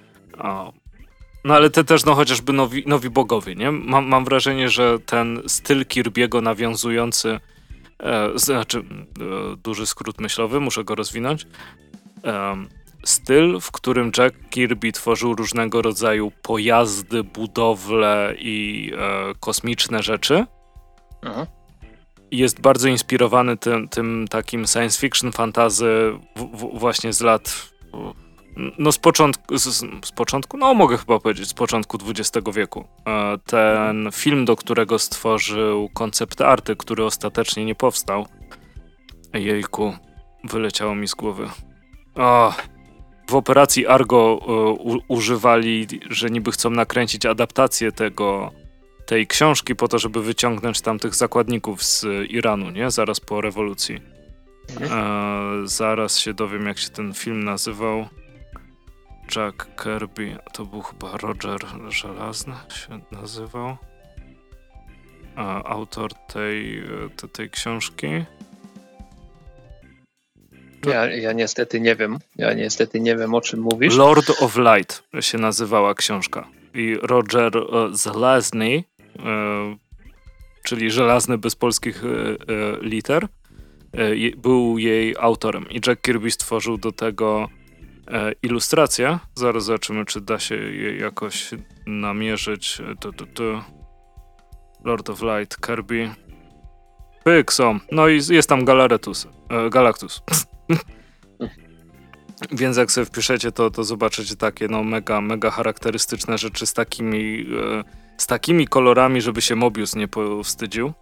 No ale te też, no chociażby nowi bogowie, nie? Mam wrażenie, że ten styl Kirby'ego nawiązujący, duży skrót myślowy, muszę go rozwinąć, styl, w którym Jack Kirby tworzył różnego rodzaju pojazdy, budowle i kosmiczne rzeczy, jest bardzo inspirowany tym takim science fiction, fantasy właśnie z lat, no z początku, no mogę chyba powiedzieć, z początku XX wieku. Ten film, do którego stworzył koncept arty, który ostatecznie nie powstał. Jejku, wyleciało mi z głowy. W operacji Argo używali, że niby chcą nakręcić adaptację tej książki po to, żeby wyciągnąć tam tych zakładników z Iranu, nie? Zaraz po rewolucji. Zaraz się dowiem, jak się ten film nazywał. Jack Kirby, to był chyba Roger Żelazny się nazywał. Autor tej książki. Ja niestety nie wiem. O czym mówisz. Lord of Light się nazywała książka. I Roger Żelazny, czyli żelazny bez polskich liter, był jej autorem. I Jack Kirby stworzył do tego ilustrację. Zaraz zobaczymy, czy da się je jakoś namierzyć. Lord of Light, Kirby. Pyk są. No i jest tam Galactus. Więc jak sobie wpiszecie, to zobaczycie takie mega charakterystyczne rzeczy z takimi kolorami, żeby się Mobius nie powstydził.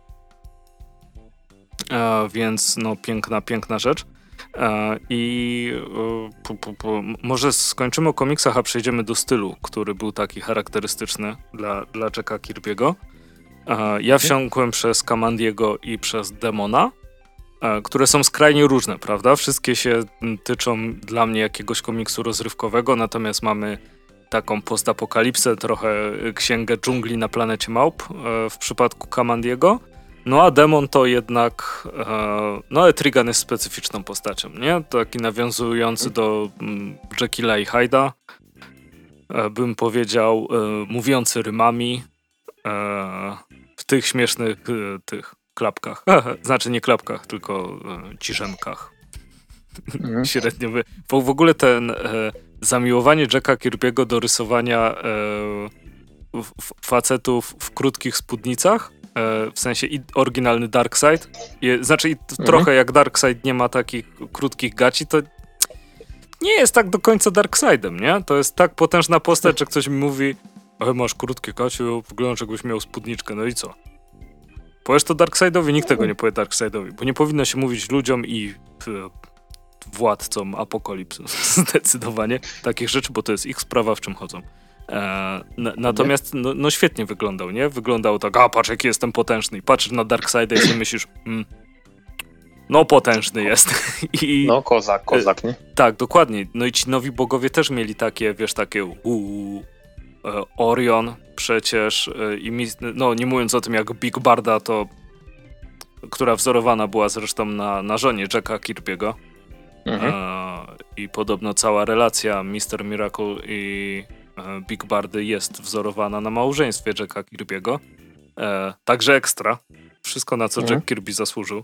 Więc piękna rzecz. I może skończymy o komiksach, a przejdziemy do stylu, który był taki charakterystyczny dla Jacka Kirby'ego. Ja wsiąkłem przez Kamandiego i przez Demona, które są skrajnie różne, prawda? Wszystkie się tyczą dla mnie jakiegoś komiksu rozrywkowego, natomiast mamy taką postapokalipsę, trochę księgę dżungli na planecie małp w przypadku Kamandiego. No a Demon to jednak, Etrigan jest specyficzną postacią, nie? Taki nawiązujący do Jekylla i Hyde'a, bym powiedział, mówiący rymami w tych śmiesznych tych klapkach. Znaczy nie klapkach, tylko ciszemkach. Średnio w ogóle zamiłowanie Jacka Kirby'ego do rysowania facetów w krótkich spódnicach, w sensie oryginalny Darkseid, trochę jak Darkseid nie ma takich krótkich gaci, to nie jest tak do końca Darkseidem, nie? To jest tak potężna postać, że ktoś mi mówi, masz krótkie gaci, wyglądasz jakbyś miał spódniczkę, no i co? Powiesz to Darkseidowi? Nikt tego nie powie Darkseidowi, bo nie powinno się mówić ludziom i władcom apokalipsy zdecydowanie takich rzeczy, bo to jest ich sprawa, w czym chodzą. Natomiast świetnie wyglądał, nie? Wyglądał tak, patrz jaki jestem potężny, i patrzysz na Darkseida i sobie myślisz, potężny jest. Kozak, nie? Tak, dokładnie. No i ci nowi bogowie też mieli takie, wiesz, takie Orion przecież nie mówiąc o tym, jak Big Barda która wzorowana była zresztą na żonie Jacka Kirby'ego. I podobno cała relacja Mr. Miracle i Big Bardy jest wzorowana na małżeństwie Jacka Kirby'ego. Także ekstra. Wszystko, na co Jack Kirby zasłużył.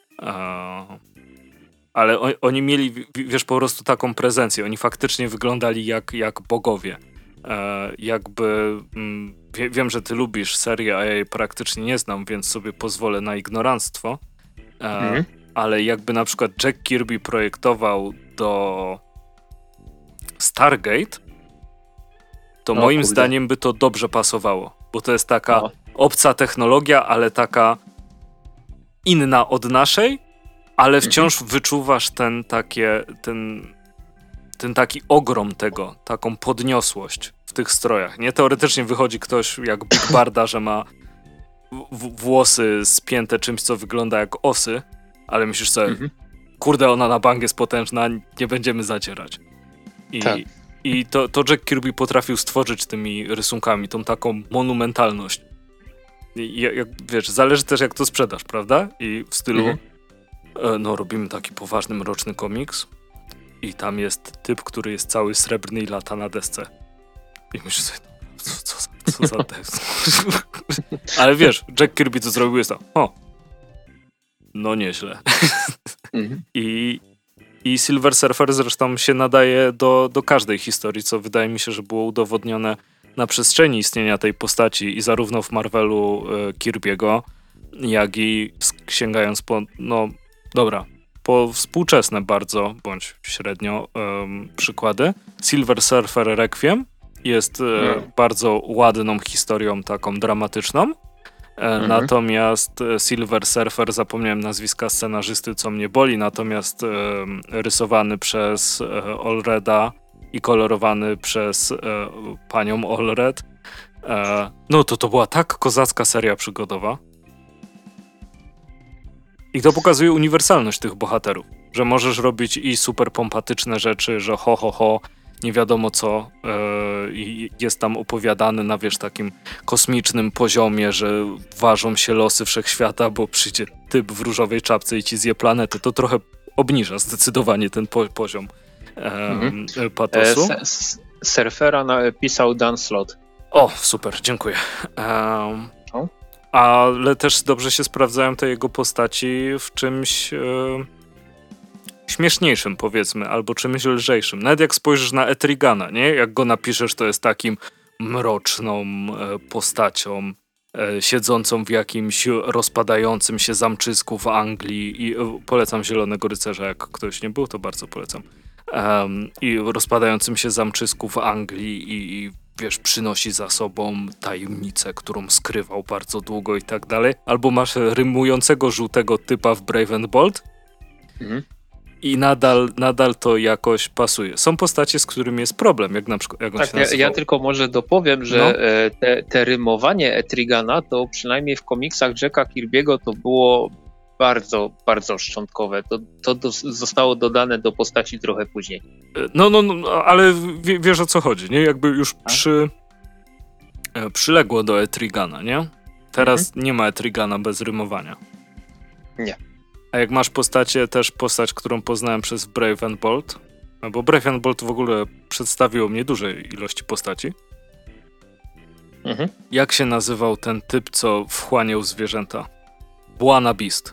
Ale oni mieli, wiesz, po prostu taką prezencję. Oni faktycznie wyglądali jak bogowie. Wiem, że ty lubisz serię, a ja jej praktycznie nie znam, więc sobie pozwolę na ignoranstwo. Ale jakby na przykład Jack Kirby projektował do Stargate, to moim zdaniem by to dobrze pasowało. Bo to jest taka obca technologia, ale taka inna od naszej, ale wciąż wyczuwasz ten taki ogrom tego, taką podniosłość w tych strojach, nie? Teoretycznie wychodzi ktoś jak Big Barda, że ma włosy spięte czymś, co wygląda jak osy, ale myślisz sobie, kurde, ona na bank jest potężna, nie będziemy zacierać. I to Jack Kirby potrafił stworzyć tymi rysunkami, tą taką monumentalność. Wiesz, zależy też jak to sprzedasz, prawda? I w stylu, robimy taki poważny, mroczny komiks i tam jest typ, który jest cały srebrny i lata na desce. I myślę sobie, co za tekst. Ale wiesz, Jack Kirby to zrobił jest tak, no nieźle. I Silver Surfer zresztą się nadaje do każdej historii, co wydaje mi się, że było udowodnione na przestrzeni istnienia tej postaci i zarówno w Marvelu Kirby'ego, jak i sięgając po współczesne bardzo, bądź średnio przykłady. Silver Surfer Requiem jest bardzo ładną historią, taką dramatyczną. Natomiast Silver Surfer, zapomniałem nazwiska scenarzysty, co mnie boli, natomiast rysowany przez Allreda i kolorowany przez panią Allred. To była tak kozacka seria przygodowa. I to pokazuje uniwersalność tych bohaterów, że możesz robić i super pompatyczne rzeczy, że nie wiadomo co jest tam opowiadane na takim kosmicznym poziomie, że ważą się losy wszechświata, bo przyjdzie typ w różowej czapce i ci zje planetę. To trochę obniża zdecydowanie ten poziom patosu. Surfera napisał Dan Slott. O, super, dziękuję. Ale też dobrze się sprawdzają te jego postaci w czymś śmieszniejszym, powiedzmy, albo czymś lżejszym. Nawet jak spojrzysz na Etrigana, nie? Jak go napiszesz, to jest takim mroczną postacią siedzącą w jakimś rozpadającym się zamczysku w Anglii i polecam Zielonego Rycerza, jak ktoś nie był, to bardzo polecam. I rozpadającym się zamczysku w Anglii i wiesz, przynosi za sobą tajemnicę, którą skrywał bardzo długo i tak dalej. Albo masz rymującego żółtego typa w Brave and Bold i nadal to jakoś pasuje. Są postacie, z którymi jest problem, jak na przykład jak on się nazywał. Ja tylko może dopowiem, że te rymowanie Etrigana to przynajmniej w komiksach Jacka Kirby'ego to było bardzo, bardzo szczątkowe. To zostało dodane do postaci trochę później. Ale wiesz o co chodzi, nie? Jakby już przyległo do Etrigana, nie? Teraz nie ma Etrigana bez rymowania. Nie. A jak masz postać, którą poznałem przez Brave and Bold, bo Brave and Bold w ogóle przedstawiło mnie dużej ilości postaci. Jak się nazywał ten typ, co wchłaniał zwierzęta? Buana Beast.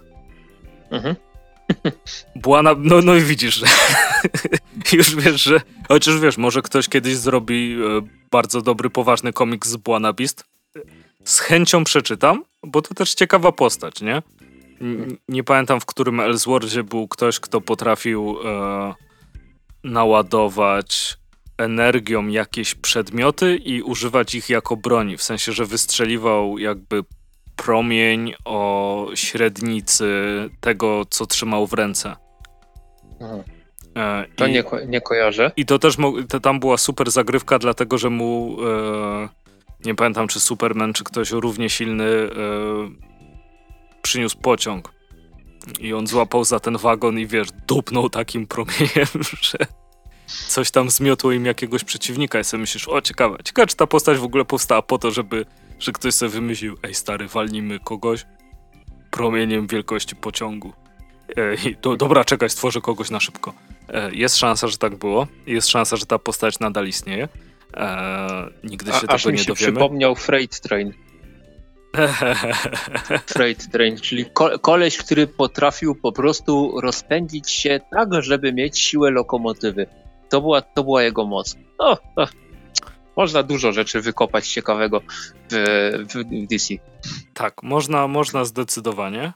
Buana, no i widzisz, że już wiesz, że chociaż wiesz, może ktoś kiedyś zrobi bardzo dobry, poważny komiks z Buana Beast. Z chęcią przeczytam, bo to też ciekawa postać, nie? Nie pamiętam, w którym Elseworldzie był ktoś, kto potrafił naładować energią jakieś przedmioty i używać ich jako broni. W sensie, że wystrzeliwał jakby promień o średnicy tego, co trzymał w ręce. To nie kojarzę. I to też tam była super zagrywka, dlatego że mu nie pamiętam, czy Superman, czy ktoś równie silny przyniósł pociąg. I on złapał za ten wagon i wiesz, dupnął takim promieniem, że coś tam zmiotło im jakiegoś przeciwnika i sobie myślisz, ciekawe, czy ta postać w ogóle powstała po to, że ktoś sobie wymyślił, stary, walnijmy kogoś promieniem wielkości pociągu. Dobra, czekaj, stworzę kogoś na szybko. Jest szansa, że tak było. Jest szansa, że ta postać nadal istnieje. Nigdy się tego nie dowiemy. Przypomniał Freight Train. Freight Train, czyli koleś, który potrafił po prostu rozpędzić się tak, żeby mieć siłę lokomotywy. To była jego moc. Można dużo rzeczy wykopać ciekawego w DC. Tak, można zdecydowanie.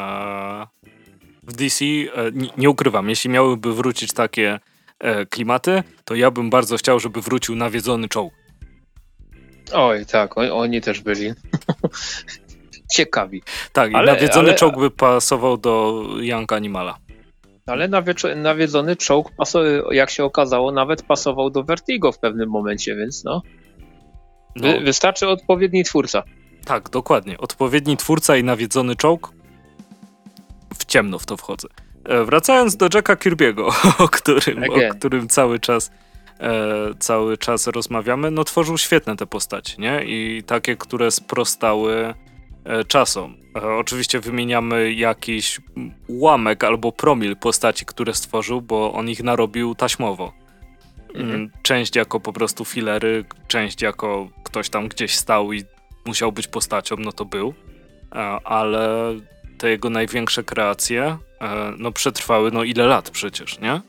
W DC, nie ukrywam, jeśli miałyby wrócić takie klimaty, to ja bym bardzo chciał, żeby wrócił nawiedzony czołg. Oj, tak, oni też byli. ciekawi. Tak, i nawiedzony czołg by pasował do Young Animala. Ale nawiedzony czołg, jak się okazało, nawet pasował do Vertigo w pewnym momencie, więc wystarczy odpowiedni twórca. Tak, dokładnie. Odpowiedni twórca i nawiedzony czołg. W ciemno w to wchodzę. Wracając do Jacka Kirby'ego, o którym cały czas rozmawiamy, no tworzył świetne te postacie, nie? I takie, które sprostały czasom. Oczywiście wymieniamy jakiś ułamek albo promil postaci, które stworzył, bo on ich narobił taśmowo. Część jako po prostu filery, część jako ktoś tam gdzieś stał i musiał być postacią, no to był. Ale te jego największe kreacje przetrwały ile lat przecież, nie?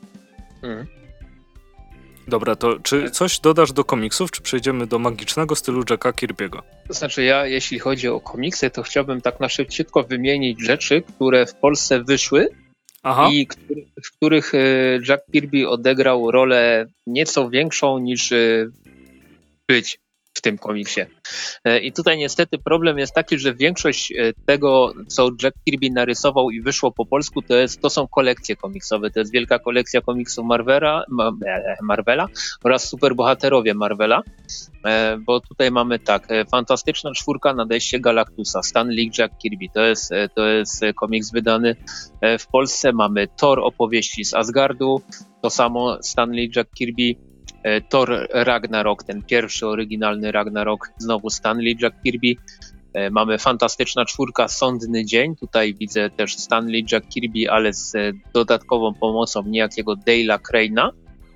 Dobra, to czy coś dodasz do komiksów, czy przejdziemy do magicznego stylu Jacka Kirby'ego? To znaczy jeśli chodzi o komiksy, to chciałbym tak na szybciutko wymienić rzeczy, które w Polsce wyszły i w których Jack Kirby odegrał rolę nieco większą niż być w tym komiksie. I tutaj niestety problem jest taki, że większość tego, co Jack Kirby narysował i wyszło po polsku, to są kolekcje komiksowe. To jest wielka kolekcja komiksów Marvela oraz superbohaterowie Marvela, bo tutaj mamy Fantastyczna Czwórka, Nadejście Galactusa, Stan Lee, Jack Kirby. To jest komiks wydany w Polsce. Mamy Thor, opowieści z Asgardu, to samo Stan Lee, Jack Kirby. Thor Ragnarok, ten pierwszy oryginalny Ragnarok, znowu Stan Lee, Jack Kirby. Mamy Fantastyczna Czwórka, Sądny Dzień. Tutaj widzę też Stan Lee, Jack Kirby, ale z dodatkową pomocą niejakiego Dale'a Crane'a.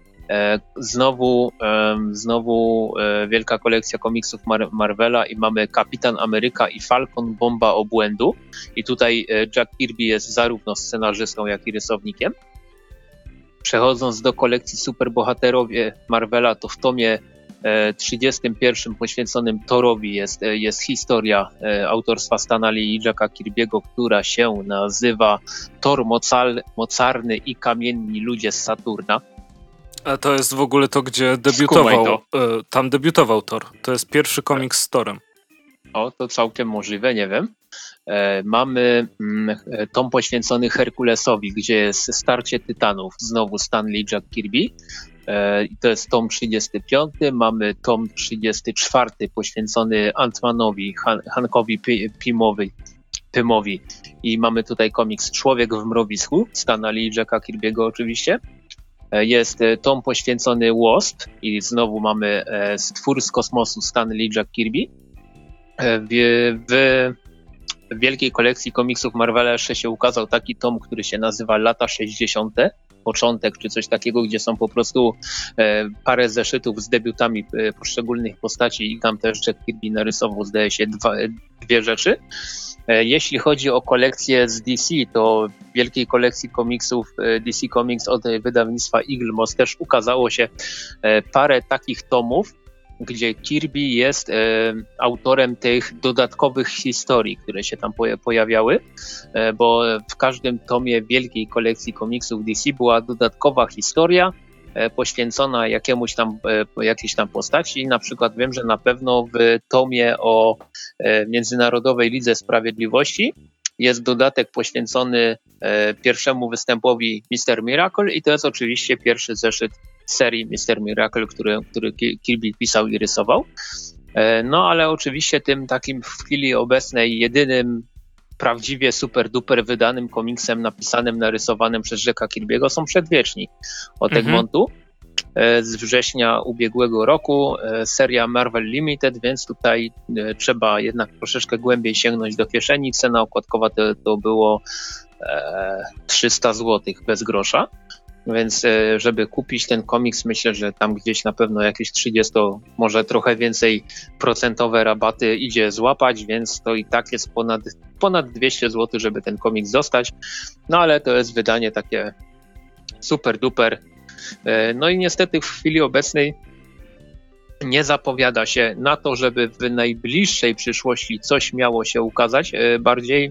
Znowu wielka kolekcja komiksów Marvela i mamy Kapitan Ameryka i Falcon, Bomba Obłędu. I tutaj Jack Kirby jest zarówno scenarzystą, jak i rysownikiem. Przechodząc do kolekcji superbohaterowie Marvela, to w tomie 31 poświęconym Thorowi jest historia autorstwa Stana Lee i Jacka Kirby'ego, która się nazywa Thor Mocarny i Kamienni Ludzie z Saturna. A to jest w ogóle to, gdzie debiutował. Tam debiutował Thor. To jest pierwszy komiks z Thorem. O, to całkiem możliwe, nie wiem. Mamy tom poświęcony Herkulesowi, gdzie jest starcie tytanów, znowu Stan Lee, Jack Kirby. I to jest tom 35. Mamy tom 34 poświęcony Ant-Manowi, Hanckowi Pymowi. I mamy tutaj komiks Człowiek w mrowisku, Stana Lee i Jacka Kirby'ego oczywiście. Jest tom poświęcony Wasp i znowu mamy Stwór z kosmosu, Stan Lee, Jack Kirby. W wielkiej kolekcji komiksów Marvela jeszcze się ukazał taki tom, który się nazywa Lata 60. Początek, czy coś takiego, gdzie są po prostu parę zeszytów z debiutami poszczególnych postaci i tam też Jack Kirby narysował, zdaje się, dwie rzeczy. Jeśli chodzi o kolekcję z DC, to w wielkiej kolekcji komiksów DC Comics od wydawnictwa Eagle Moss też ukazało się parę takich tomów, gdzie Kirby jest autorem tych dodatkowych historii, które się tam pojawiały, bo w każdym tomie wielkiej kolekcji komiksów DC była dodatkowa historia poświęcona jakiejś tam postaci. Na przykład wiem, że na pewno w tomie o Międzynarodowej Lidze Sprawiedliwości jest dodatek poświęcony pierwszemu występowi Mr. Miracle i to jest oczywiście pierwszy zeszyt serii Mr. Miracle, który Kirby pisał i rysował. No ale oczywiście tym takim w chwili obecnej jedynym prawdziwie super duper wydanym komiksem napisanym, narysowanym przez Jacka Kirby'ego są Przedwieczni od Egmontu z września ubiegłego roku, seria Marvel Limited, więc tutaj trzeba jednak troszeczkę głębiej sięgnąć do kieszeni. Cena okładkowa to było 300 zł bez grosza. Więc żeby kupić ten komiks, myślę, że tam gdzieś na pewno jakieś 30, może trochę więcej procentowe rabaty idzie złapać, więc to i tak jest ponad 200 zł, żeby ten komiks dostać. No ale to jest wydanie takie super duper. No i niestety w chwili obecnej nie zapowiada się na to, żeby w najbliższej przyszłości coś miało się ukazać bardziej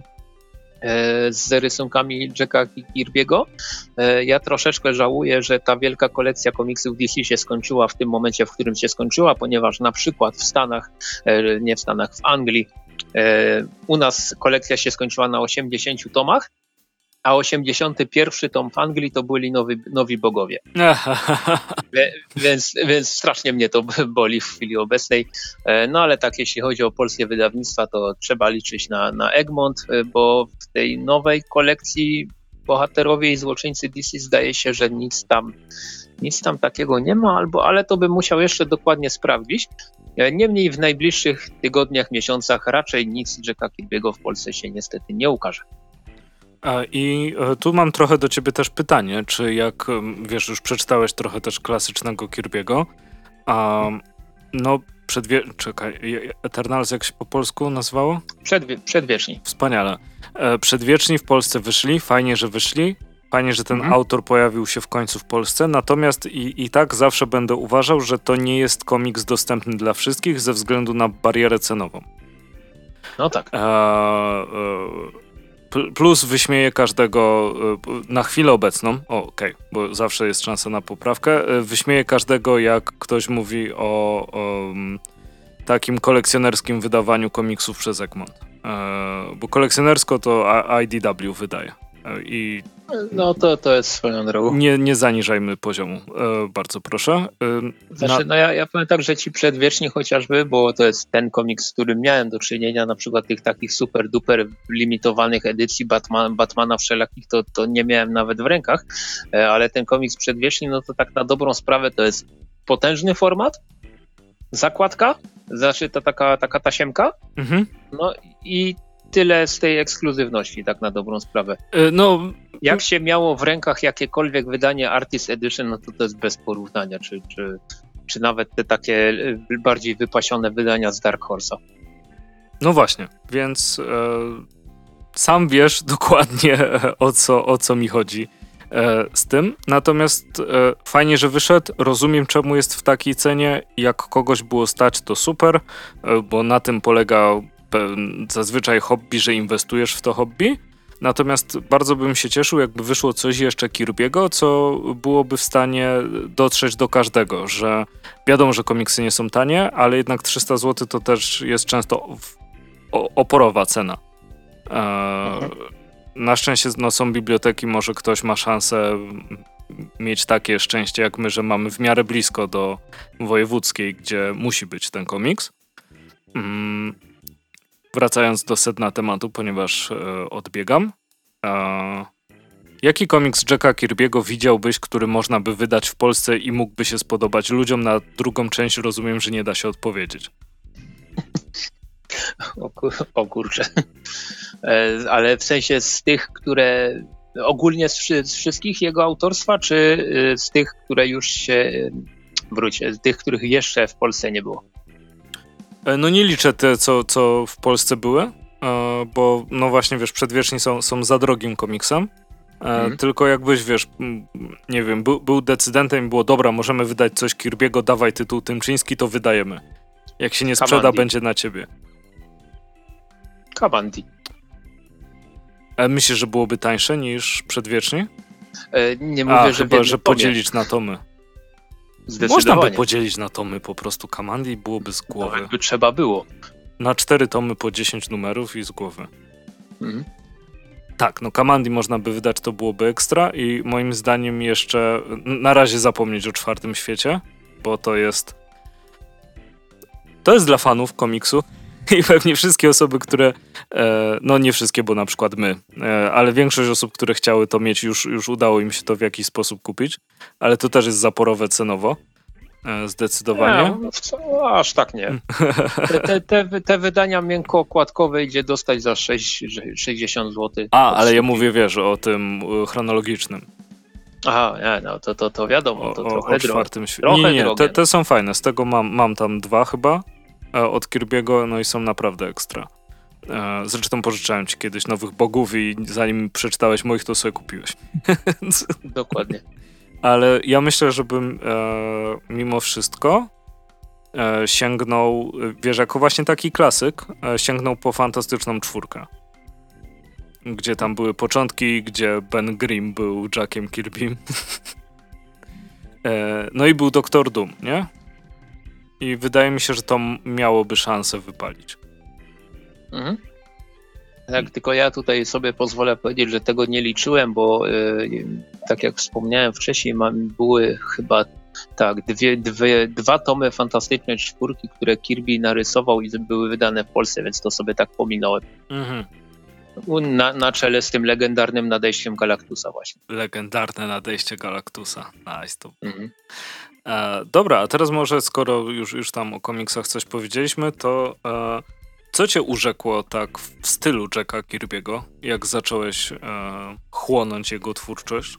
z rysunkami Jacka Kirby'ego. Ja troszeczkę żałuję, że ta wielka kolekcja komiksów DC się skończyła w tym momencie, w którym się skończyła, ponieważ na przykład w Anglii U nas kolekcja się skończyła na 80 tomach, a 81 tom w Anglii to byli nowi bogowie. Więc strasznie mnie to boli w chwili obecnej. No ale tak, jeśli chodzi o polskie wydawnictwa, to trzeba liczyć na Egmont, bo w tej nowej kolekcji bohaterowie i złoczyńcy DC zdaje się, że nic tam takiego nie ma, ale to bym musiał jeszcze dokładnie sprawdzić. Niemniej w najbliższych tygodniach, miesiącach raczej nic Jacka Kirby'ego w Polsce się niestety nie ukaże. I tu mam trochę do ciebie też pytanie, czy jak, wiesz, już przeczytałeś trochę też klasycznego Kirby'ego, no czekaj, Eternals jak się po polsku nazywało? Przedwieczni. Wspaniale. Przedwieczni w Polsce wyszli, fajnie, że wyszli, fajnie, że ten autor pojawił się w końcu w Polsce, natomiast i tak zawsze będę uważał, że to nie jest komiks dostępny dla wszystkich ze względu na barierę cenową. No tak. Plus wyśmieję każdego na chwilę obecną, okej, bo zawsze jest szansa na poprawkę, wyśmieję każdego, jak ktoś mówi o takim kolekcjonerskim wydawaniu komiksów przez Egmont. Bo kolekcjonersko to IDW wydaje. No to jest swoją drogą. Nie zaniżajmy poziomu, bardzo proszę. Ja powiem tak, że ci przedwieczni chociażby, bo to jest ten komiks, z którym miałem do czynienia, na przykład tych takich super duper limitowanych edycji Batmana wszelakich, to nie miałem nawet w rękach, ale ten komiks przedwieczni, no to tak na dobrą sprawę to jest potężny format, zakładka, znaczy to taka tasiemka, no i tyle z tej ekskluzywności, tak na dobrą sprawę. Jak się miało w rękach jakiekolwiek wydanie Artist Edition, no to jest bez porównania, czy nawet te takie bardziej wypasione wydania z Dark Horse'a. No właśnie, więc sam wiesz dokładnie o co mi chodzi z tym. Natomiast fajnie, że wyszedł. Rozumiem, czemu jest w takiej cenie. Jak kogoś było stać, to super, bo na tym polega zazwyczaj hobby, że inwestujesz w to hobby. Natomiast bardzo bym się cieszył, jakby wyszło coś jeszcze Kirby'ego, co byłoby w stanie dotrzeć do każdego, że wiadomo, że komiksy nie są tanie, ale jednak 300 zł to też jest często oporowa cena. Na szczęście są biblioteki, może ktoś ma szansę mieć takie szczęście jak my, że mamy w miarę blisko do wojewódzkiej, gdzie musi być ten komiks. Wracając do sedna tematu, ponieważ odbiegam. Jaki komiks Jacka Kirby'ego widziałbyś, który można by wydać w Polsce i mógłby się spodobać ludziom? Na drugą część rozumiem, że nie da się odpowiedzieć. O kurczę. Ale w sensie z tych, które ogólnie z wszystkich jego autorstwa, czy z tych, które już się z tych, których jeszcze w Polsce nie było? No nie liczę te, co w Polsce były, bo no właśnie, wiesz, przedwieczni są za drogim komiksem. Tylko jakbyś, wiesz, nie wiem, był decydentem i było, dobra, możemy wydać coś Kirby'ego, dawaj tytuł Tymczyński, to wydajemy. Jak się nie sprzeda, Kamandi. będzie na ciebie. Kamandi. Myślisz, że byłoby tańsze niż przedwieczni? Nie mówię, że chyba, że podzielić na tomy. Zdecydowanie. Można by podzielić na tomy po prostu Kamandi i byłoby z głowy. Nawet by trzeba było. Na 4 tomy po 10 numerów i z głowy. Tak, no Kamandi można by wydać, to byłoby ekstra i moim zdaniem jeszcze na razie zapomnieć o Czwartym Świecie, bo to jest dla fanów komiksu i pewnie wszystkie osoby, które, no nie wszystkie, bo na przykład my, ale większość osób, które chciały to mieć, już udało im się to w jakiś sposób kupić, ale to też jest zaporowe cenowo. Zdecydowanie. Nie, aż tak nie. Te wydania miękko-okładkowe idzie dostać za 60 zł. Ale ja mówię, wiesz, o tym chronologicznym. Aha, nie, no to wiadomo, to trochę Czwartym Świecie. Nie, te są fajne. Z tego mam tam 2 chyba od Kirby'ego, no i są naprawdę ekstra. Zresztą pożyczałem ci kiedyś Nowych Bogów i zanim przeczytałeś moich, to sobie kupiłeś. Dokładnie. Ale ja myślę, żebym mimo wszystko sięgnął, wiesz, jako właśnie taki klasyk, sięgnął po Fantastyczną Czwórkę. Gdzie tam były początki, gdzie Ben Grimm był Jackiem Kirbym. No i był Doktor Doom, nie? I wydaje mi się, że to miałoby szansę wypalić. Mhm. Tak, tylko ja tutaj sobie pozwolę powiedzieć, że tego nie liczyłem, bo tak jak wspomniałem wcześniej, były chyba dwa tomy Fantastycznej Czwórki, które Kirby narysował i były wydane w Polsce, więc to sobie tak pominąłem. Mhm. Na czele z tym legendarnym nadejściem Galactusa właśnie. Legendarne nadejście Galactusa. Nice to. Mhm. Dobra, a teraz może skoro już tam o komiksach coś powiedzieliśmy, to co cię urzekło tak w stylu Jacka Kirby'ego? Jak zacząłeś chłonąć jego twórczość?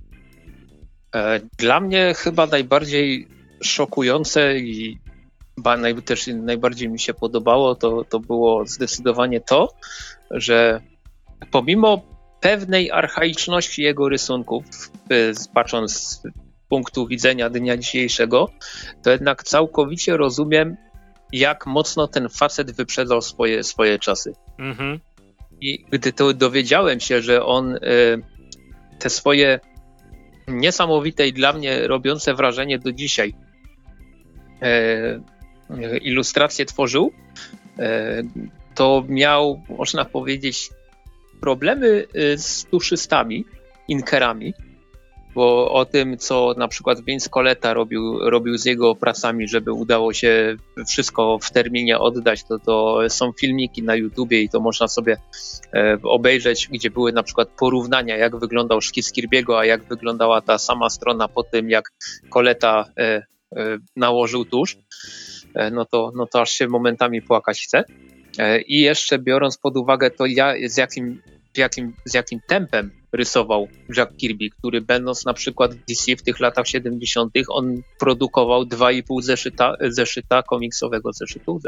Dla mnie chyba najbardziej szokujące i też najbardziej mi się podobało, to było zdecydowanie to, że pomimo pewnej archaiczności jego rysunków, patrząc z punktu widzenia dnia dzisiejszego, to jednak całkowicie rozumiem, jak mocno ten facet wyprzedzał swoje czasy. Mhm. I gdy to dowiedziałem się, że on te swoje niesamowite i dla mnie robiące wrażenie do dzisiaj ilustracje tworzył, to miał, można powiedzieć, problemy z tuszystami, inkerami, bo o tym, co na przykład Vince Coletta robił z jego pracami, żeby udało się wszystko w terminie oddać, to są filmiki na YouTubie i to można sobie obejrzeć, gdzie były na przykład porównania, jak wyglądał szkic Kirby'ego, a jak wyglądała ta sama strona po tym, jak Coletta nałożył tusz, no to aż się momentami płakać chce. I jeszcze biorąc pod uwagę to, z jakim tempem rysował Jack Kirby, który będąc na przykład w DC w tych latach 70., on produkował 2,5 zeszyta komiksowego zeszyta.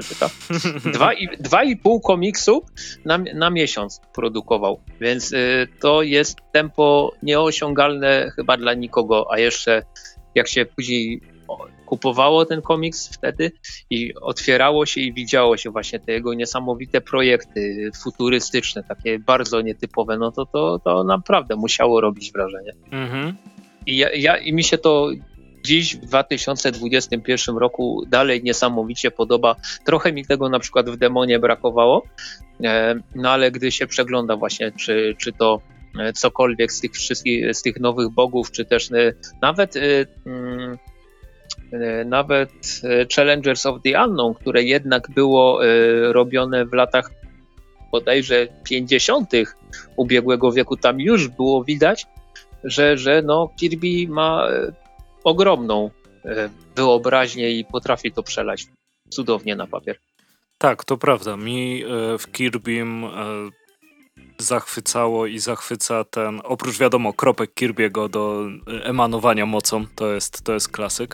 2,5 komiksu na miesiąc produkował, więc to jest tempo nieosiągalne chyba dla nikogo, a jeszcze jak się później kupowało ten komiks wtedy i otwierało się i widziało się właśnie te jego niesamowite projekty futurystyczne, takie bardzo nietypowe, no to naprawdę musiało robić wrażenie. Mhm. I mi się to dziś w 2021 roku dalej niesamowicie podoba. Trochę mi tego na przykład w Demonie brakowało, no ale gdy się przegląda właśnie, czy to cokolwiek z tych nowych bogów, czy też nawet Challengers of the Unknown, które jednak było robione w latach bodajże 50. ubiegłego wieku, tam już było widać, że no Kirby ma ogromną wyobraźnię i potrafi to przelać cudownie na papier. Tak, to prawda. Mi w Kirbym zachwycało i zachwyca ten, oprócz wiadomo kropek Kirby'ego do emanowania mocą, to jest klasyk.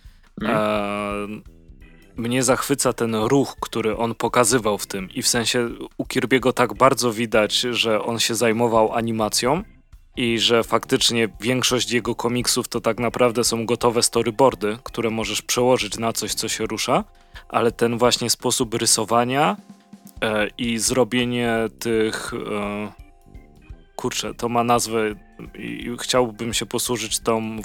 Mnie zachwyca ten ruch, który on pokazywał w tym i w sensie u Kirby'ego tak bardzo widać, że on się zajmował animacją i że faktycznie większość jego komiksów to tak naprawdę są gotowe storyboardy, które możesz przełożyć na coś, co się rusza, ale ten właśnie sposób rysowania i zrobienie tych to ma nazwę i chciałbym się posłużyć tą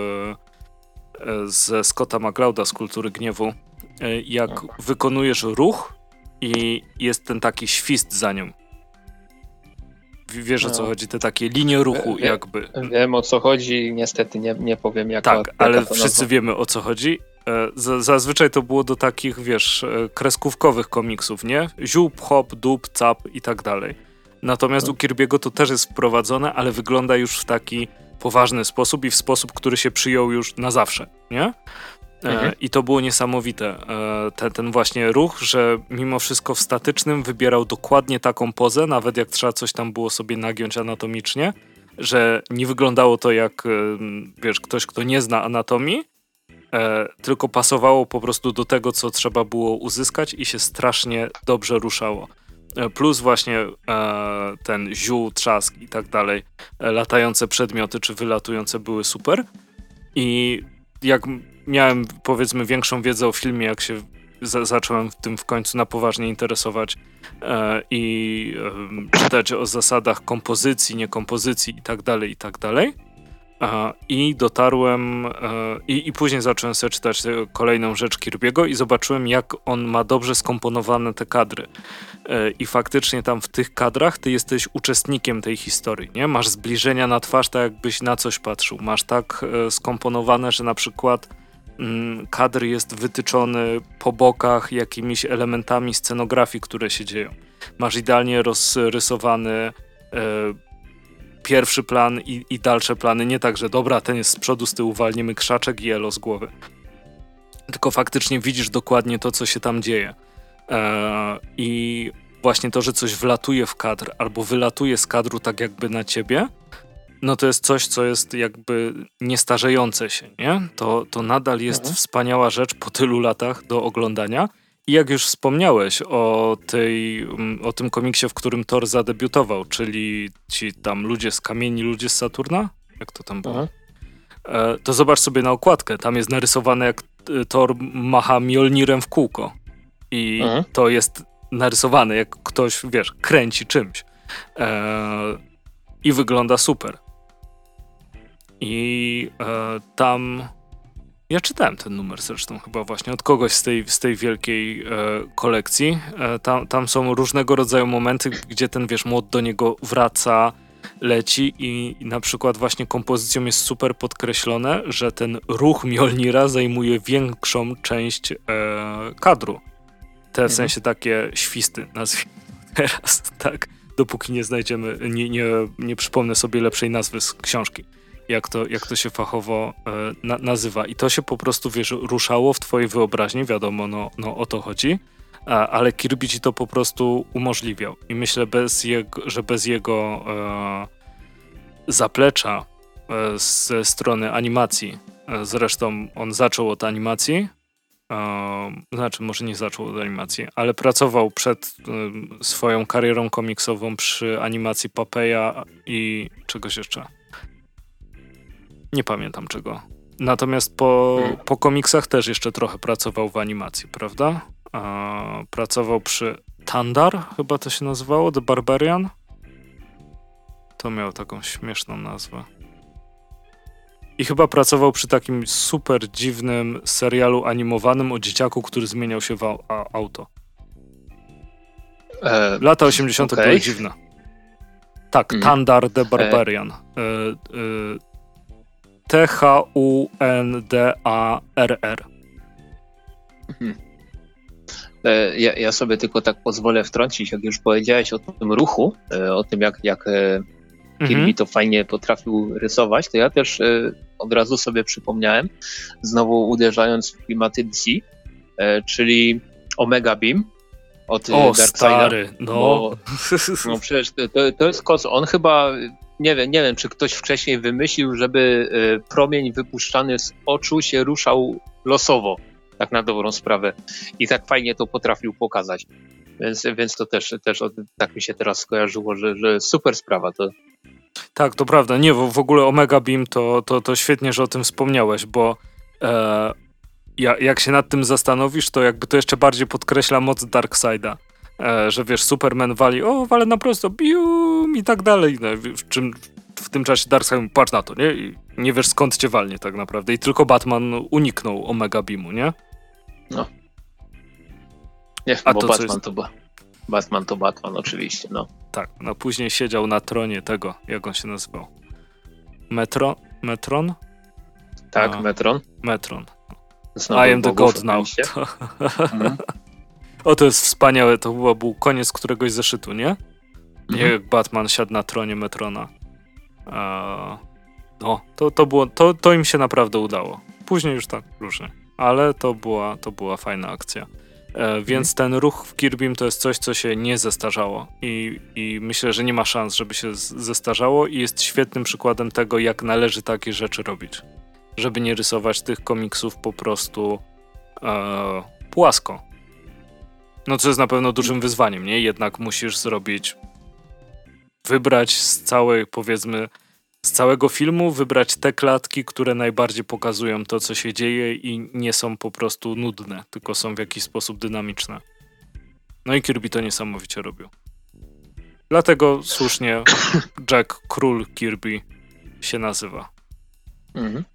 ze Scotta McClouda z Kultury Gniewu, jak wykonujesz ruch i jest ten taki świst za nią. Wiesz o co chodzi? Te takie linie ruchu jakby. Wiem o co chodzi, niestety nie powiem jak. Tak, ale wszyscy wiemy o co chodzi. Zazwyczaj to było do takich, wiesz, kreskówkowych komiksów, nie? Ziup, hop, dup, cap i tak dalej. Natomiast u Kirby'ego to też jest wprowadzone, ale wygląda już w taki poważny sposób i w sposób, który się przyjął już na zawsze, nie? I to było niesamowite. Ten właśnie ruch, że mimo wszystko w statycznym wybierał dokładnie taką pozę, nawet jak trzeba coś tam było sobie nagiąć anatomicznie, że nie wyglądało to jak, wiesz, ktoś, kto nie zna anatomii, tylko pasowało po prostu do tego, co trzeba było uzyskać i się strasznie dobrze ruszało. Plus właśnie ten ziół, trzask i tak dalej, latające przedmioty czy wylatujące były super. I jak miałem powiedzmy większą wiedzę o filmie, jak się zacząłem tym w końcu na poważnie interesować i czytać o zasadach kompozycji, niekompozycji i tak dalej, I dotarłem i później zacząłem sobie czytać kolejną rzecz Kirby'ego i zobaczyłem, jak on ma dobrze skomponowane te kadry. I faktycznie tam w tych kadrach ty jesteś uczestnikiem tej historii, nie? Masz zbliżenia na twarz, tak jakbyś na coś patrzył. Masz tak skomponowane, że na przykład kadr jest wytyczony po bokach jakimiś elementami scenografii, które się dzieją. Masz idealnie rozrysowany pierwszy plan i dalsze plany. Nie tak, że dobra, ten jest z przodu, z tyłu walniemy krzaczek i elo z głowy. Tylko faktycznie widzisz dokładnie to, co się tam dzieje. I właśnie to, że coś wlatuje w kadr albo wylatuje z kadru tak jakby na ciebie, no to jest coś, co jest jakby niestarzejące się, nie? To nadal jest wspaniała rzecz po tylu latach do oglądania. I jak już wspomniałeś o tym komiksie, w którym Thor zadebiutował, czyli ci tam ludzie z kamieni, ludzie z Saturna? Jak to tam było? To zobacz sobie na okładkę. Tam jest narysowane, jak Thor macha Mjolnirem w kółko. I to jest narysowane, jak ktoś, wiesz, kręci czymś. I wygląda super. I tam... Ja czytałem ten numer zresztą chyba właśnie od kogoś z tej wielkiej kolekcji. Tam są różnego rodzaju momenty, gdzie ten, wiesz, młot do niego wraca, leci i na przykład właśnie kompozycją jest super podkreślone, że ten ruch Mjolnira zajmuje większą część kadru. Te w sensie takie świsty, nazwijmy teraz, tak, dopóki nie znajdziemy, nie przypomnę sobie lepszej nazwy z książki. Jak to się fachowo nazywa. I to się po prostu, wiesz, ruszało w twojej wyobraźni, wiadomo, no o to chodzi, ale Kirby ci to po prostu umożliwiał. I myślę, że bez jego zaplecza ze strony animacji, zresztą on zaczął od animacji, znaczy może nie zaczął od animacji, ale pracował przed swoją karierą komiksową przy animacji Popeya i czegoś jeszcze. Nie pamiętam czego. Natomiast po komiksach też jeszcze trochę pracował w animacji, prawda? Pracował przy Thundar, chyba to się nazywało, The Barbarian. To miało taką śmieszną nazwę. I chyba pracował przy takim super dziwnym serialu animowanym o dzieciaku, który zmieniał się w auto. Lata 80. były dziwne. Tak, Thundar The Barbarian. Thundarr. Ja sobie tylko tak pozwolę wtrącić, jak już powiedziałeś o tym ruchu, o tym jak Kirby to fajnie potrafił rysować, to ja też od razu sobie przypomniałem, znowu uderzając w klimaty DC, czyli Omega Beam od Darkseida. Stary, no przecież to jest kos. On chyba, nie wiem, czy ktoś wcześniej wymyślił, żeby promień wypuszczany z oczu się ruszał losowo, tak na dobrą sprawę. I tak fajnie to potrafił pokazać. Więc to też tak mi się teraz skojarzyło, że super sprawa to. Tak, to prawda. Nie, w ogóle Omega Beam to świetnie, że o tym wspomniałeś, bo jak się nad tym zastanowisz, to jakby to jeszcze bardziej podkreśla moc Darkseida. Że wiesz, Superman wali, wale na prosto, bium i tak dalej. No, w tym czasie Darkseid mówi, patrz na to, nie? I nie wiesz skąd cię walnie tak naprawdę. I tylko Batman uniknął Omega Beamu, nie? No. Nie, bo Batman to Batman oczywiście, no. Tak, no później siedział na tronie tego, jak on się nazywał? Metron? Tak, Metron. I am the God now. To jest wspaniałe, to był koniec któregoś zeszytu, nie? Jak Batman siadł na tronie Metrona. To im się naprawdę udało. Później już tak różnie. Ale to była fajna akcja. Więc ten ruch w Kirbym to jest coś, co się nie zestarzało. I myślę, że nie ma szans, żeby się zestarzało i jest świetnym przykładem tego, jak należy takie rzeczy robić. Żeby nie rysować tych komiksów po prostu płasko. No co jest na pewno dużym wyzwaniem, nie? Jednak musisz wybrać z całego filmu, wybrać te klatki, które najbardziej pokazują to, co się dzieje i nie są po prostu nudne, tylko są w jakiś sposób dynamiczne. No i Kirby to niesamowicie robił. Dlatego słusznie Jack Król Kirby się nazywa. Mhm.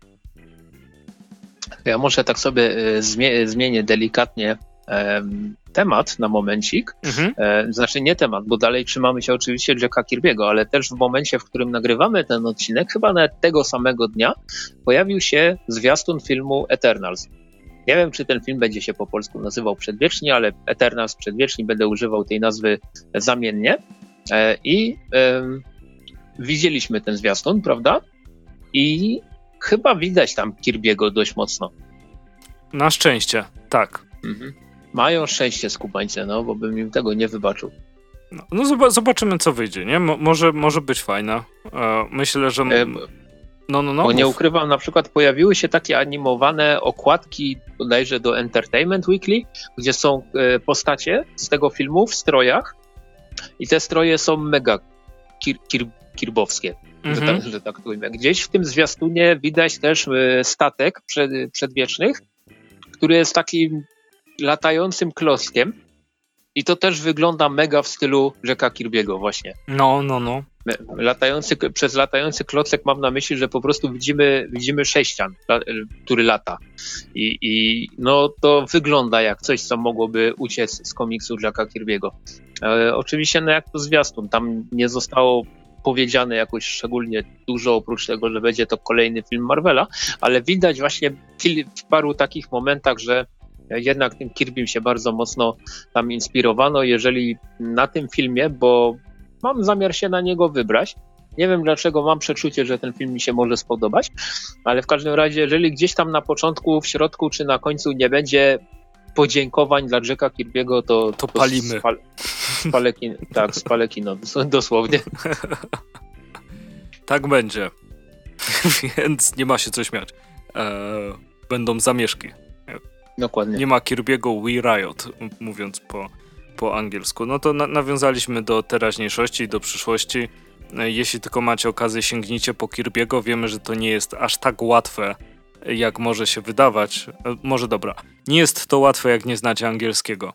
Ja może tak sobie zmienię delikatnie temat na momencik. Znaczy nie temat, bo dalej trzymamy się oczywiście Jacka Kirby'ego, ale też w momencie, w którym nagrywamy ten odcinek, chyba nawet tego samego dnia, pojawił się zwiastun filmu Eternals. Nie wiem, czy ten film będzie się po polsku nazywał Przedwieczni, ale Eternals Przedwieczni, będę używał tej nazwy zamiennie. I widzieliśmy ten zwiastun, prawda? I chyba widać tam Kirby'ego dość mocno. Na szczęście, tak. Mają szczęście skubańce, no, bo bym im tego nie wybaczył. No zobaczymy, co wyjdzie, nie? Może być fajna. Myślę, że... Bo nie ukrywam, na przykład pojawiły się takie animowane okładki bodajże do Entertainment Weekly, gdzie są postacie z tego filmu w strojach i te stroje są mega kirbowskie, że tak to ujmę. Gdzieś w tym zwiastunie widać też statek przedwiecznych, który jest takim latającym klockiem i to też wygląda mega w stylu Jacka Kirby'ego właśnie. No. Przez latający klocek mam na myśli, że po prostu widzimy sześcian, który lata. I no to wygląda jak coś, co mogłoby uciec z komiksu Jacka Kirby'ego. Oczywiście, no jak to zwiastun, tam nie zostało powiedziane jakoś szczególnie dużo, oprócz tego, że będzie to kolejny film Marvela, ale widać właśnie w paru takich momentach, że jednak tym Kirbym się bardzo mocno tam inspirowano. Jeżeli na tym filmie, bo mam zamiar się na niego wybrać, nie wiem dlaczego, mam przeczucie, że ten film mi się może spodobać, ale w każdym razie, jeżeli gdzieś tam na początku, w środku czy na końcu nie będzie podziękowań dla Jacka Kirby'ego, to palimy. Spalę kino, dosłownie. Tak będzie. Więc nie ma się co śmiać. Będą zamieszki. Dokładnie. Nie ma Kirby'ego We Riot, mówiąc po angielsku. No to nawiązaliśmy do teraźniejszości i do przyszłości. Jeśli tylko macie okazję, sięgnijcie po Kirby'ego. Wiemy, że to nie jest aż tak łatwe, jak może się wydawać. Może dobra. Nie jest to łatwe, jak nie znacie angielskiego.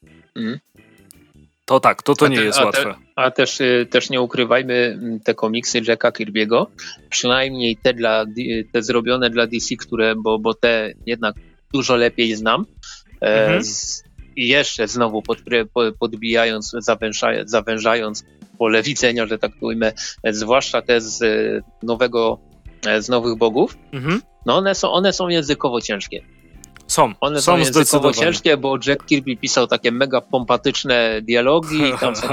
To tak, to nie jest łatwe. A też nie ukrywajmy, te komiksy Jacka Kirby'ego, przynajmniej te zrobione dla DC, bo te jednak dużo lepiej znam. I jeszcze znowu podbijając, zawężając pole widzenia, że tak ujmę, zwłaszcza te z Nowych Bogów, no one są językowo ciężkie. One są językowo ciężkie, bo Jack Kirby pisał takie mega pompatyczne dialogi i tam są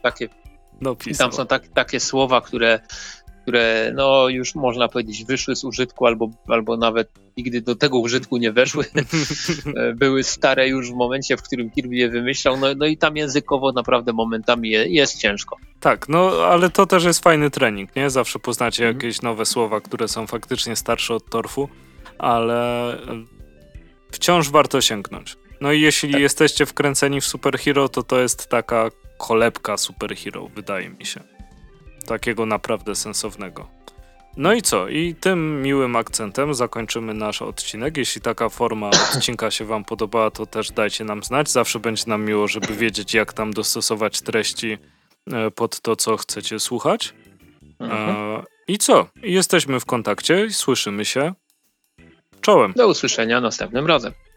takie słowa, które no już można powiedzieć wyszły z użytku albo nawet nigdy do tego użytku nie weszły. Były stare już w momencie, w którym Kirby je wymyślał, no i tam językowo naprawdę momentami jest ciężko. Tak, no ale to też jest fajny trening, nie? Zawsze poznacie jakieś nowe słowa, które są faktycznie starsze od torfu, ale wciąż warto sięgnąć. No i jeśli jesteście wkręceni w superhero, to jest taka kolebka superhero, wydaje mi się. Takiego naprawdę sensownego. No i co? I tym miłym akcentem zakończymy nasz odcinek. Jeśli taka forma odcinka się wam podobała, to też dajcie nam znać. Zawsze będzie nam miło, żeby wiedzieć, jak tam dostosować treści pod to, co chcecie słuchać. I co? Jesteśmy w kontakcie i słyszymy się. Czołem. Do usłyszenia następnym razem.